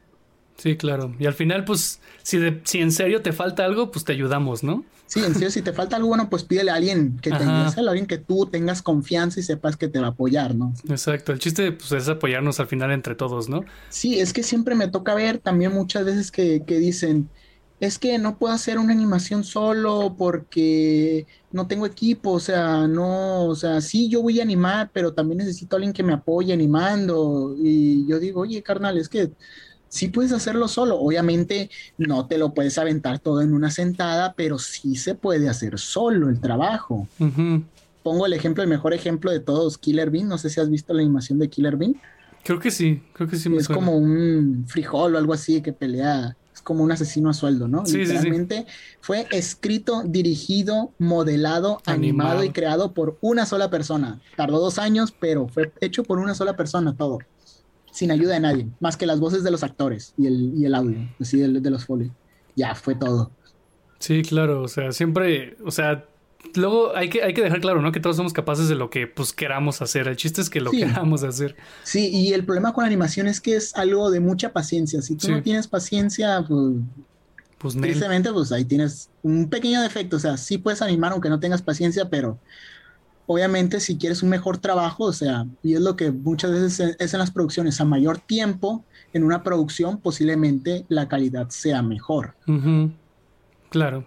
sí, claro. Y al final, pues, si, de, si en serio te falta algo, pues te ayudamos, ¿no? sí, en serio, si te falta algo bueno, pues pídele a alguien que te ayude a Ajá, hacerlo, a alguien que tú tengas confianza y sepas que te va a apoyar, ¿no? exacto. El chiste, pues, es apoyarnos al final entre todos, ¿no? Sí, es que siempre me toca ver también muchas veces que, que dicen, es que no puedo hacer una animación solo porque no tengo equipo, o sea, no, o sea, sí, yo voy a animar, pero también necesito a alguien que me apoye animando. Y yo digo, oye, carnal, es que sí puedes hacerlo solo. Obviamente no te lo puedes aventar todo en una sentada, pero sí se puede hacer solo el trabajo. Ujú. Pongo el ejemplo, el mejor ejemplo de todos, Killer Bean. No sé si has visto la animación de Killer Bean. Creo que sí, creo que sí me Es suena. como un frijol o algo así que pelea, es como un asesino a sueldo, ¿no? Sí, sí, sí. Literalmente fue escrito, dirigido, modelado, animado y Animado. creado por una sola persona. Tardó dos años, pero fue hecho por una sola persona todo, sin ayuda de nadie, más que las voces de los actores y el, y el audio, así de, de los Foley. Ya fue todo. Sí, claro, o sea, siempre, o sea, luego hay que, hay que dejar claro, ¿no? Que todos somos capaces de lo que, pues, queramos hacer. El chiste es que lo Sí, queramos hacer. sí, y el problema con la animación es que es algo de mucha paciencia. Si tú no Sí, tienes paciencia, pues pues, Nel. tristemente, pues ahí tienes un pequeño defecto. O sea, sí puedes animar aunque no tengas paciencia, pero obviamente si quieres un mejor trabajo, o sea, y es lo que muchas veces es en las producciones, a mayor tiempo en una producción, posiblemente la calidad sea mejor. Ujú. Claro,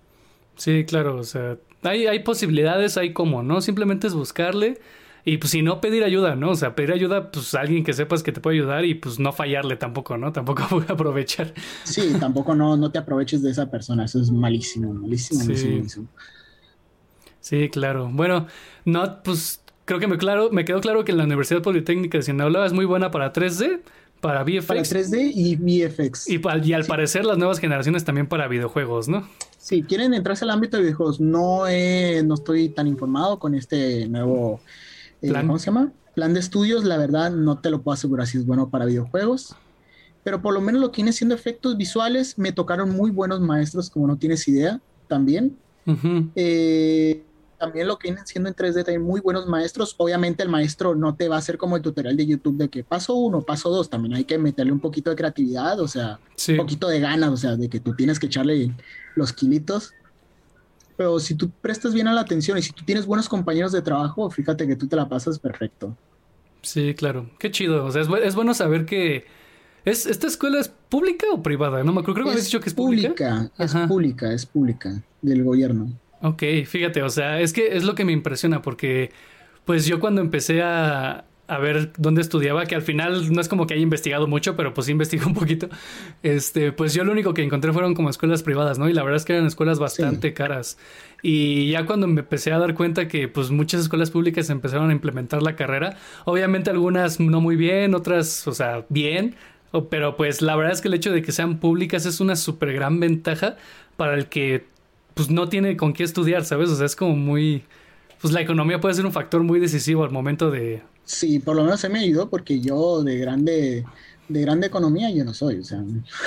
sí, claro, o sea, hay, hay posibilidades, hay como, ¿no? Simplemente es buscarle y pues si no pedir ayuda, ¿no? O sea, pedir ayuda, pues a alguien que sepas que te puede ayudar y pues no fallarle tampoco, ¿no? Tampoco voy a aprovechar. Sí, tampoco no, no te aproveches de esa persona, eso es malísimo, malísimo, malísimo, Sí, malísimo. sí, claro. Bueno, no, pues creo que me, claro, me quedó claro que la Universidad Politécnica de Sinaloa es muy buena para tres D, para Para V F X tres D y y, V F X. pa- y al Sí, parecer las nuevas generaciones también para videojuegos, ¿no? si quieren entrarse al ámbito de videojuegos, no, he- no estoy tan informado con este nuevo, eh, Plan. ¿cómo se llama? Plan de estudios, la verdad no te lo puedo asegurar si es bueno para videojuegos, pero por lo menos lo que viene siendo efectos visuales, me tocaron muy buenos maestros, como no tienes idea, también. Ujú. Eh, también lo que vienen siendo en tres D, también muy buenos maestros. Obviamente el maestro no te va a hacer como el tutorial de YouTube de que paso uno, paso dos, también hay que meterle un poquito de creatividad, o sea, un Sí, poquito de ganas, o sea, de que tú tienes que echarle los kilitos. Pero si tú prestas bien a la atención y si tú tienes buenos compañeros de trabajo, fíjate que tú te la pasas perfecto. sí, claro. Qué chido. O sea, es, bu- es bueno saber que... ¿Es, ¿Esta escuela es pública o privada? No me acuerdo. Creo que me habías Es dicho que es pública. pública, es Ajá. pública, es pública del gobierno. Ok, fíjate, o sea, es que es lo que me impresiona porque, pues yo cuando empecé a, a ver dónde estudiaba, que al final no es como que haya investigado mucho, pero pues sí investigué un poquito. Este, pues yo lo único que encontré fueron como escuelas privadas, ¿no? Y la verdad es que eran escuelas bastante sí. caras. Y ya cuando me empecé a dar cuenta que pues muchas escuelas públicas empezaron a implementar la carrera, obviamente algunas no muy bien, otras, o sea, bien, pero pues la verdad es que el hecho de que sean públicas es una súper gran ventaja para el que pues no tiene con qué estudiar, ¿sabes? O sea, es como muy... Pues la economía puede ser un factor muy decisivo al momento de... Sí, por lo menos se me ayudó porque yo de grande, de grande economía yo no soy, o sea...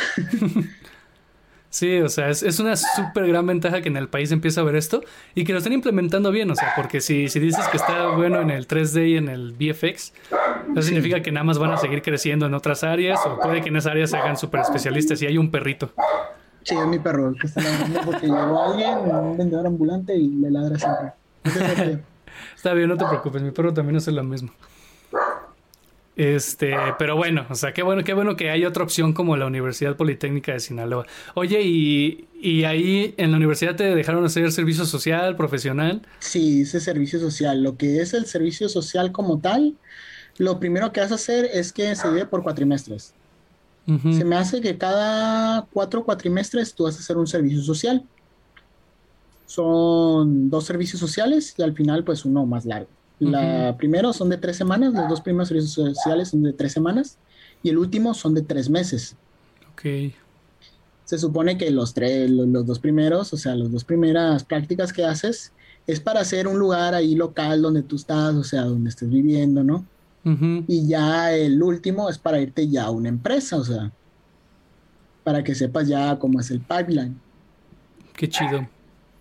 Sí, o sea, es, es una súper gran ventaja que en el país empiece a ver esto y que lo estén implementando bien, o sea, porque si, si dices que está bueno en el tres D y en el V F X, eso sí. significa que nada más van a seguir creciendo en otras áreas o puede que en esas áreas se hagan súper especialistas y hay un perrito. Sí, es mi perro que está ladrando porque llegó alguien, un vendedor ambulante y le ladra siempre. No está bien, no te preocupes, mi perro también hace lo mismo. Este, pero bueno, o sea, qué bueno, qué bueno que hay otra opción como la Universidad Politécnica de Sinaloa. Oye, y, y ahí en la universidad te dejaron hacer servicio social, profesional. Sí, hice servicio social. Lo que es el servicio social como tal, lo primero que vas a hacer es que se divide por cuatrimestres. Uh-huh. Se me hace que cada cuatro cuatrimestres tú vas a hacer un servicio social. Son dos servicios sociales y al final pues uno más largo. La uh-huh. primero son de tres semanas, los dos primeros servicios sociales son de tres semanas y el último son de tres meses. Ok. Se supone que los tres, los, los dos primeros, o sea, las dos primeras prácticas que haces es para hacer un lugar ahí local donde tú estás, o sea, donde estés viviendo, ¿no? Uh-huh. Y ya el último es para irte ya a una empresa, o sea, para que sepas ya cómo es el pipeline. Qué chido.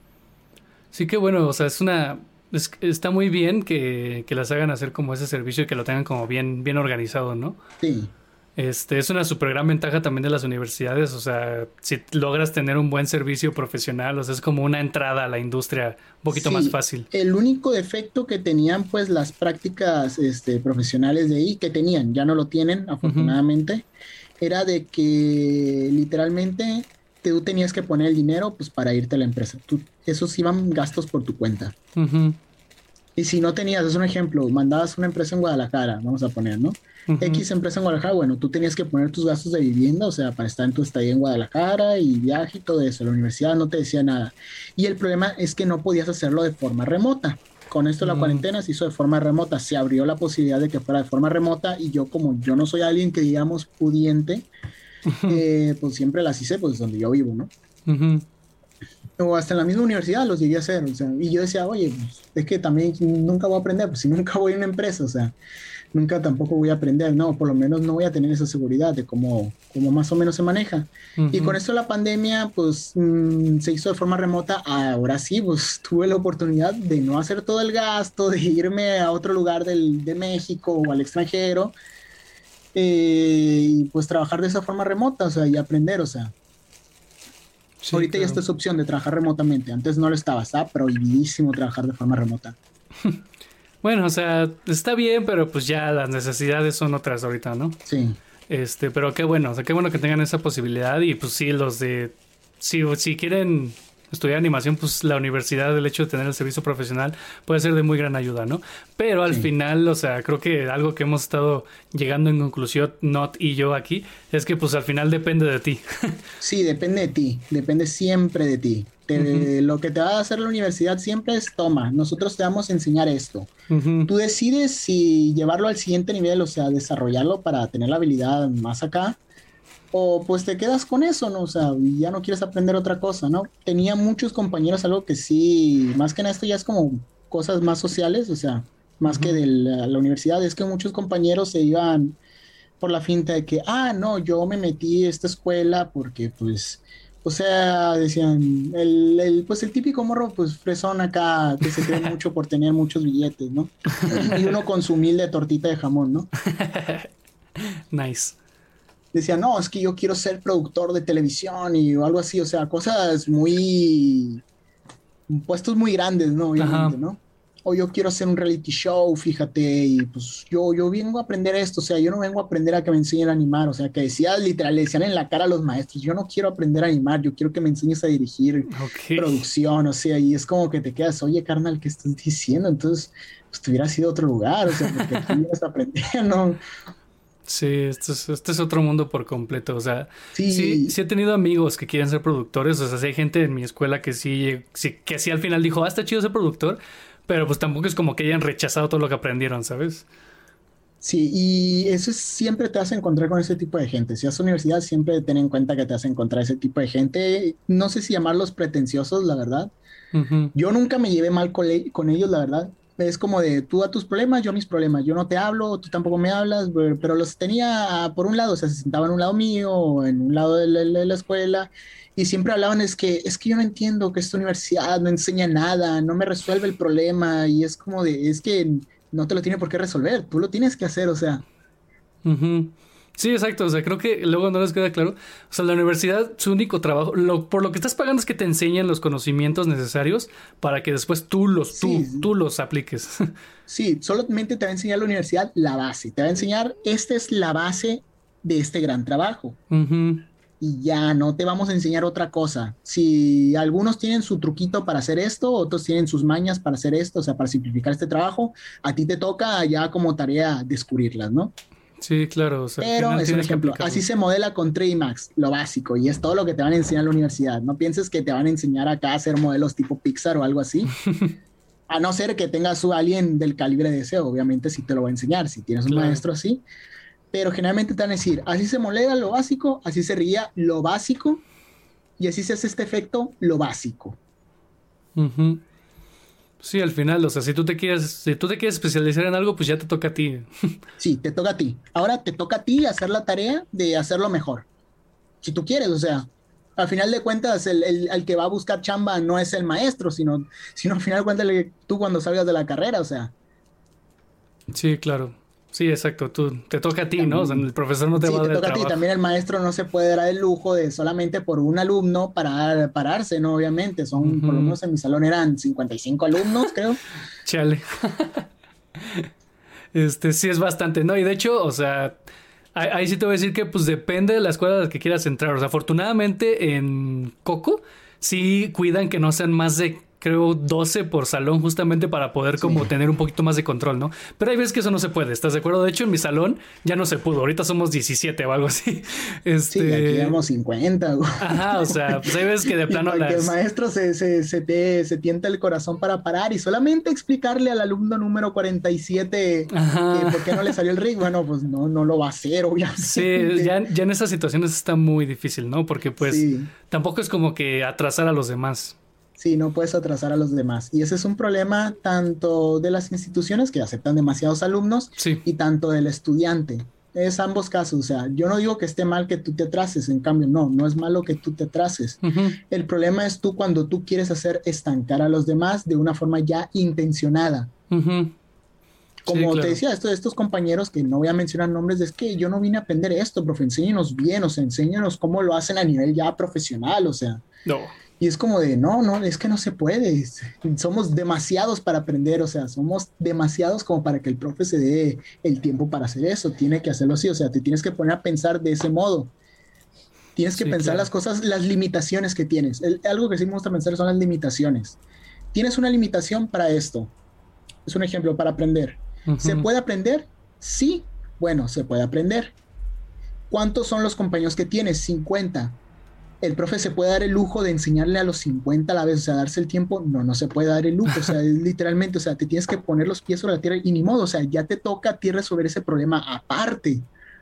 Sí, qué bueno, o sea, es una... Es, está muy bien que, que las hagan hacer como ese servicio y que lo tengan como bien, bien organizado, ¿no? Sí. Este, es una súper gran ventaja también de las universidades, o sea, si logras tener un buen servicio profesional, o sea, es como una entrada a la industria un poquito sí, más fácil. El único defecto que tenían, pues, las prácticas este, profesionales de ahí, que tenían, ya no lo tienen, afortunadamente, uh-huh. era de que literalmente tú tenías que poner el dinero, pues, para irte a la empresa. Tú, esos iban gastos por tu cuenta. Uh-huh. Y si no tenías, es un ejemplo, mandabas una empresa en Guadalajara, vamos a poner, ¿no? Uh-huh. X empresa en Guadalajara, bueno, tú tenías que poner tus gastos de vivienda, o sea, para estar en tu estadía en Guadalajara y viaje y todo eso. La universidad no te decía nada. Y el problema es que no podías hacerlo de forma remota. Con esto uh-huh. la cuarentena se hizo de forma remota. Se abrió la posibilidad de que fuera de forma remota y yo, como yo no soy alguien que digamos pudiente, uh-huh. eh, pues siempre las hice pues donde yo vivo, ¿no? Uh-huh. O hasta en la misma universidad los llegué a hacer, o sea, y yo decía, oye, pues, es que también nunca voy a aprender, pues si nunca voy a una empresa, o sea, nunca tampoco voy a aprender, no, por lo menos no voy a tener esa seguridad de cómo, cómo más o menos se maneja. Uh-huh. Y con esto la pandemia, pues, mmm, se hizo de forma remota, ahora sí, pues, tuve la oportunidad de no hacer todo el gasto, de irme a otro lugar del, de México o al extranjero, eh, y pues trabajar de esa forma remota, o sea, y aprender, o sea. Sí, ahorita claro. Ya está esa opción de trabajar remotamente. Antes no lo estaba, estaba prohibidísimo trabajar de forma remota. Bueno, o sea, está bien, pero pues ya las necesidades son otras ahorita, ¿no? Sí. Este, pero qué bueno, o sea, qué bueno que tengan esa posibilidad y pues sí, los de... Si, si quieren estudiar animación, pues la universidad, el hecho de tener el servicio profesional puede ser de muy gran ayuda, ¿no? Pero al sí. final, o sea, creo que algo que hemos estado llegando en conclusión, Not y yo aquí, es que pues al final depende de ti. Sí, depende de ti, depende siempre de ti. Te, uh-huh. Lo que te va a hacer la universidad siempre es, toma, nosotros te vamos a enseñar esto. Uh-huh. Tú decides si llevarlo al siguiente nivel, o sea, desarrollarlo para tener la habilidad más acá, o pues te quedas con eso, ¿no? O sea, ya no quieres aprender otra cosa, ¿no? Tenía muchos compañeros, algo que sí, más que en esto ya es como cosas más sociales, o sea, más uh-huh. que de la, la universidad, es que muchos compañeros se iban por la finta de que, ah, no, yo me metí a esta escuela porque, pues, o sea, decían, el, el pues el típico morro, pues, fresón acá, que se cree mucho por tener muchos billetes, ¿no? Y uno con su humilde tortita de jamón, ¿no? Nice. Decía, no, es que yo quiero ser productor de televisión y o algo así, o sea, cosas muy... puestos muy grandes, ¿no? Obviamente, ajá. ¿no? o yo quiero hacer un reality show, fíjate, y pues yo, yo vengo a aprender esto, o sea, yo no vengo a aprender a que me enseñen a animar, o sea, que decía, literal, le decían en la cara a los maestros, yo no quiero aprender a animar, yo quiero que me enseñes a dirigir Ok. producción, o sea, y es como que te quedas, oye, carnal, ¿qué estás diciendo? Entonces, pues te hubieras ido a otro lugar, o sea, porque aquí vienes a aprender, ¿no? Sí, este es, este es otro mundo por completo. O sea, sí, Sí, sí he tenido amigos que quieren ser productores. O sea, sí hay gente en mi escuela que sí, sí, que sí al final dijo, ah, está chido ser productor. Pero pues tampoco es como que hayan rechazado todo lo que aprendieron, ¿sabes? sí, y eso es- siempre te vas a encontrar con ese tipo de gente. Si vas a universidad, siempre ten en cuenta que te vas a encontrar ese tipo de gente. No sé si llamarlos pretenciosos, la verdad. Ujú, Yo nunca me llevé mal con, le- con ellos, la verdad. Es como de tú a tus problemas, yo a mis problemas. Yo no te hablo, tú tampoco me hablas, pero pero los tenía ah, por un lado, o sea, se sentaban en un lado mío o en un lado de la, de la escuela y siempre hablaban, es que, es que yo no entiendo que esta universidad no enseña nada, no me resuelve el problema y es como de, es que no te lo tiene por qué resolver, tú lo tienes que hacer, o sea. ujú. Sí, exacto. O sea, creo que luego no les queda claro. O sea, la universidad, su único trabajo, lo, por lo que estás pagando es que te enseñen los conocimientos necesarios para que después tú los, tú, Sí, tú los apliques. sí, solamente te va a enseñar la universidad la base, te va a enseñar, esta es la base de este gran trabajo. Ujú, Y ya no te vamos a enseñar otra cosa. Si algunos tienen su truquito para hacer esto, otros tienen sus mañas para hacer esto, o sea, para simplificar este trabajo, a ti te toca ya como tarea descubrirlas, ¿no? sí, claro. O sea, al Pero final es un tienes que ejemplo, así aplicarlo. se modela con tres Max, lo básico, y es todo lo que te van a enseñar en la universidad. No pienses que te van a enseñar acá a hacer modelos tipo Pixar o algo así, a no ser que tengas a alguien del calibre de ese, obviamente sí te lo va a enseñar, si tienes un Claro. maestro así, pero generalmente te van a decir, así se modela lo básico, así se ría lo básico, y así se hace este efecto, lo básico. Ujú. Sí, al final, o sea, si tú te quieres, si tú te quieres especializar en algo, pues ya te toca a ti. Sí, te toca a ti. Ahora te toca a ti hacer la tarea de hacerlo mejor. Si tú quieres, o sea, al final de cuentas, el, el, el que va a buscar chamba no es el maestro, sino, sino al final cuéntale tú cuando salgas de la carrera, o sea, Sí, claro. Sí, exacto. Tú te toca a ti, ¿no? O sea, también, el profesor no te va sí, a te dar el toca a ti. trabajo. También el maestro no se puede dar el lujo de solamente por un alumno para pararse, ¿no? Obviamente, son, por lo Ujú. menos en mi salón eran cincuenta y cinco alumnos, creo. Chale. Este, sí es bastante, ¿no? Y de hecho, o sea, ahí, ahí sí te voy a decir que pues depende de la escuela a la que quieras entrar. O sea, afortunadamente en Coco sí cuidan que no sean más de, creo, doce por salón justamente para poder Sí. como tener un poquito más de control, ¿no? Pero hay veces que eso no se puede, ¿estás de acuerdo? De hecho, en mi salón ya no se pudo. Ahorita somos diecisiete o algo así. Sí, aquí Este... éramos cincuenta, güey. Ajá, o sea, pues hay veces que de Y plano para que el las... maestro se, se, se, te, se tienta el corazón para parar y solamente explicarle al alumno número cuarenta y siete que Ajá. por qué no le salió el ritmo, bueno, pues no, no lo va a hacer, Sí, obviamente. ya, ya en esas situaciones está muy difícil, ¿no? Porque pues Sí, tampoco es como que atrasar a los demás. sí, no puedes atrasar a los demás. Y ese es un problema tanto de las instituciones que aceptan demasiados alumnos Sí. y tanto del estudiante. Es ambos casos, o sea, yo no digo que esté mal que tú te atrases, en cambio, no, no es malo que tú te atrases. Ujú, El problema es tú cuando tú quieres hacer estancar a los demás de una forma ya intencionada. ujú. Sí, Como te claro. decía, esto, estos compañeros que no voy a mencionar nombres, es que yo no vine a aprender esto, profe, enséñenos bien, o sea, enséñanos cómo lo hacen a nivel ya profesional, o sea, No. y es como de, no, no, es que no se puede, es- somos demasiados para aprender, o sea, somos demasiados como para que el profe se dé el tiempo para hacer eso, tiene que hacerlo así, o sea, te tienes que poner a pensar de ese modo, tienes que Sí, pensar claro. las cosas, las limitaciones que tienes. El- algo que sí me gusta pensar son las limitaciones. Tienes una limitación para esto, es un ejemplo para aprender. ¿Se Ujú. puede aprender? Sí, bueno, se puede aprender. ¿Cuántos son los compañeros que tienes? Cincuenta. ¿El profe se puede dar el lujo de enseñarle a los cincuenta a la vez, o sea, darse el tiempo? No, no se puede dar el lujo, o sea, es literalmente, o sea, te tienes que poner los pies sobre la tierra y ni modo, o sea, ya te toca a ti resolver ese problema aparte,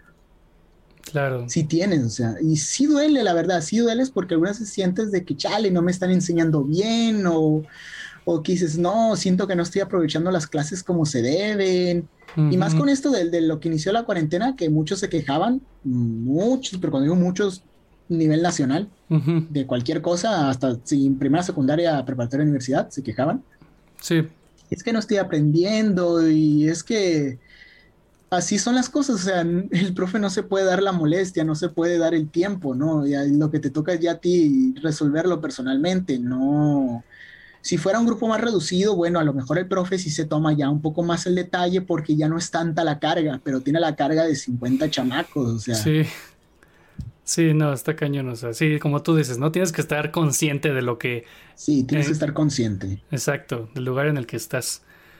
Claro. si tienes, o sea, y sí duele, la verdad, sí duele porque algunas veces sientes de que, chale, no me están enseñando bien, o, o que dices, no, siento que no estoy aprovechando las clases como se deben. Y más Ujú, con esto de, de lo que inició la cuarentena, que muchos se quejaban, muchos, pero cuando digo muchos, nivel nacional, ujú. de cualquier cosa, hasta sin primera, secundaria, preparatoria, universidad, se quejaban. Sí. Es que no estoy aprendiendo y es que así son las cosas, o sea, el profe no se puede dar la molestia, no se puede dar el tiempo, ¿no? Ya lo que te toca es ya a ti resolverlo personalmente, no. Si fuera un grupo más reducido, bueno, a lo mejor el profe sí se toma ya un poco más el detalle porque ya no es tanta la carga, pero tiene la carga de cincuenta chamacos, o sea. Sí, sí, no, está cañón, o sea, sí, como tú dices, ¿no? Tienes que estar consciente de lo que... Sí, tienes que eh, estar consciente. exacto, del lugar en el que estás.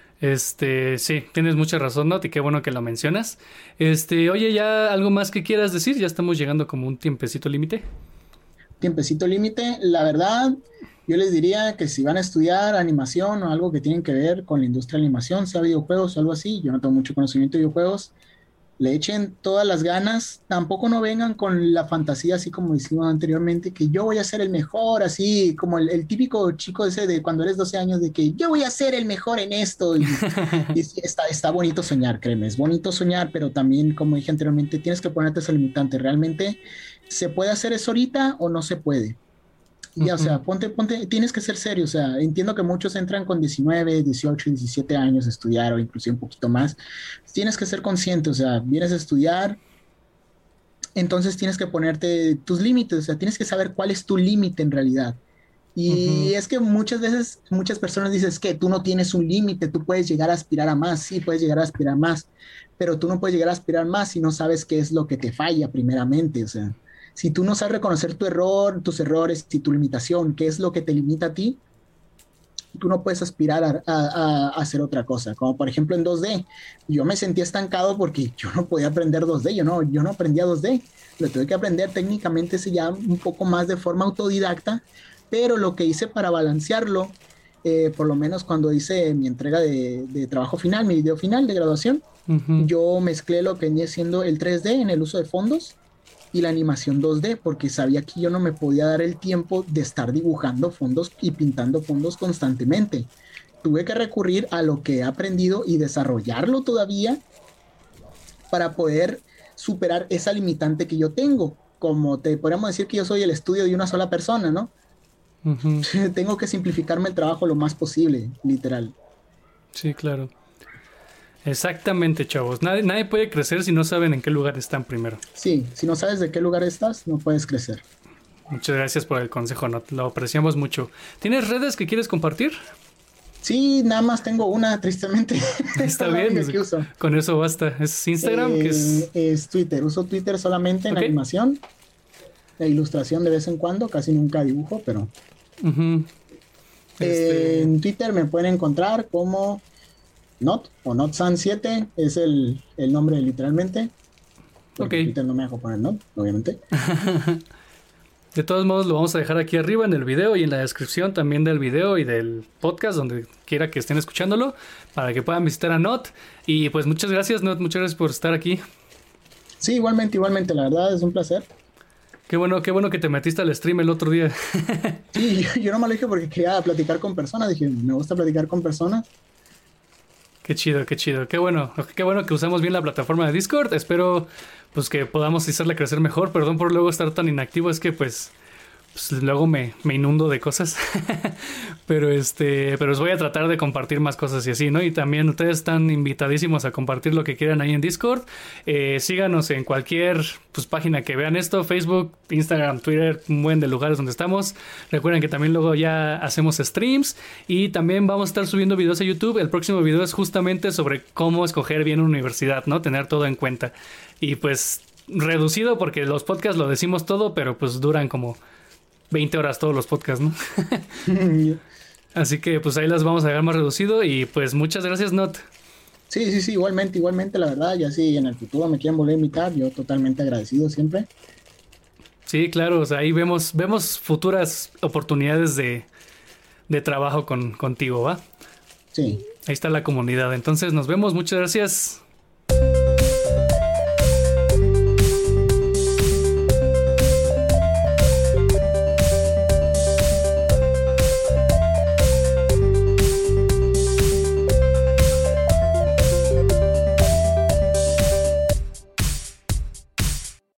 Este, sí, tienes mucha razón, ¿no? Y qué bueno que lo mencionas. Este, oye, ¿ya algo más que quieras decir? Ya estamos llegando como un tiempecito límite. Tiempecito límite, la verdad, yo les diría que si van a estudiar animación o algo que tienen que ver con la industria de animación, sea videojuegos o algo así, yo no tengo mucho conocimiento de videojuegos, le echen todas las ganas, tampoco no vengan con la fantasía así como decimos anteriormente, que yo voy a ser el mejor, así como el, el típico chico ese de cuando eres doce años, de que yo voy a ser el mejor en esto, y, y sí, está, está bonito soñar, créeme, es bonito soñar, pero también, como dije anteriormente, tienes que ponerte ese limitante, realmente, ¿se puede hacer eso ahorita o no se puede? Y ya, o Ujú, sea, ponte, ponte, tienes que ser serio, o sea, entiendo que muchos entran con diecinueve, dieciocho, diecisiete años a estudiar o inclusive un poquito más. Tienes que ser consciente, o sea, vienes a estudiar, entonces tienes que ponerte tus límites, o sea, tienes que saber cuál es tu límite en realidad. ujú. Y es que muchas veces, muchas personas dicen que tú no tienes un límite, tú puedes llegar a aspirar a más, sí, puedes llegar a aspirar a más, pero tú no puedes llegar a aspirar más si no sabes qué es lo que te falla primeramente, o sea, si tú no sabes reconocer tu error, tus errores y tu limitación, qué es lo que te limita a ti, tú no puedes aspirar a, a, a hacer otra cosa. Como por ejemplo en dos D, yo me sentía estancado porque yo no podía aprender dos D, yo no, yo no aprendía dos D, lo tuve que aprender técnicamente ya un poco más de forma autodidacta, pero lo que hice para balancearlo, eh, por lo menos cuando hice mi entrega de, de trabajo final, mi video final de graduación, Ujú. yo mezclé lo que venía siendo el tres D en el uso de fondos y la animación dos D, porque sabía que yo no me podía dar el tiempo de estar dibujando fondos y pintando fondos constantemente. Tuve que recurrir a lo que he aprendido y desarrollarlo todavía para poder superar esa limitante que yo tengo. Como te podríamos decir que yo soy el estudio de una sola persona, ¿no? Ujú. Tengo que simplificarme el trabajo lo más posible, literal. Sí, claro. Exactamente, chavos. Nadie, nadie puede crecer si no saben en qué lugar están primero. Sí, si no sabes de qué lugar estás, no puedes crecer. Muchas gracias por el consejo, no, lo apreciamos mucho. ¿Tienes redes que quieres compartir? Sí, nada más tengo una, tristemente. Esta Está es la bien, única es- que uso. con eso basta. Es Instagram, que Eh, es... es Twitter. Uso Twitter solamente en Ok. animación, la ilustración de vez en cuando, casi nunca dibujo, pero Ujú. eh, Este... en Twitter me pueden encontrar como Not o NotSan siete, es el, el nombre literalmente, Ok. porque Twitter no me dejó poner Not, obviamente. De todos modos, lo vamos a dejar aquí arriba en el video y en la descripción también del video y del podcast, donde quiera que estén escuchándolo, para que puedan visitar a Not. Y pues muchas gracias, Not, muchas gracias por estar aquí. Sí, igualmente, igualmente, la verdad es un placer. Qué bueno, qué bueno que te metiste al stream el otro día. Sí, yo, yo no me lo dije porque quería platicar con personas, dije, me gusta platicar con personas. Qué chido, qué chido. Qué bueno, qué bueno que usamos bien la plataforma de Discord. Espero pues que podamos hacerla crecer mejor. Perdón por luego estar tan inactivo, es que pues, pues luego me, me inundo de cosas. pero este, pero os voy a tratar de compartir más cosas y así, ¿no? Y también ustedes están invitadísimos a compartir lo que quieran ahí en Discord. Eh, síganos en cualquier pues, página que vean esto, Facebook, Instagram, Twitter, un buen de lugares donde estamos. Recuerden que también luego ya hacemos streams y también vamos a estar subiendo videos a YouTube. El próximo video es justamente sobre cómo escoger bien una universidad, ¿no? Tener todo en cuenta. Y pues reducido porque los podcasts lo decimos todo, pero pues duran como veinte horas todos los podcasts, ¿no? Así que pues ahí las vamos a dejar más reducido y pues muchas gracias, Not. Sí, sí, sí, igualmente, igualmente, la verdad, ya si en el futuro me quieren volver a invitar, yo totalmente agradecido siempre. Sí, claro, o sea, ahí vemos, vemos futuras oportunidades de, de trabajo con, contigo, ¿va? Sí, Ahí está la comunidad. Entonces nos vemos, muchas gracias.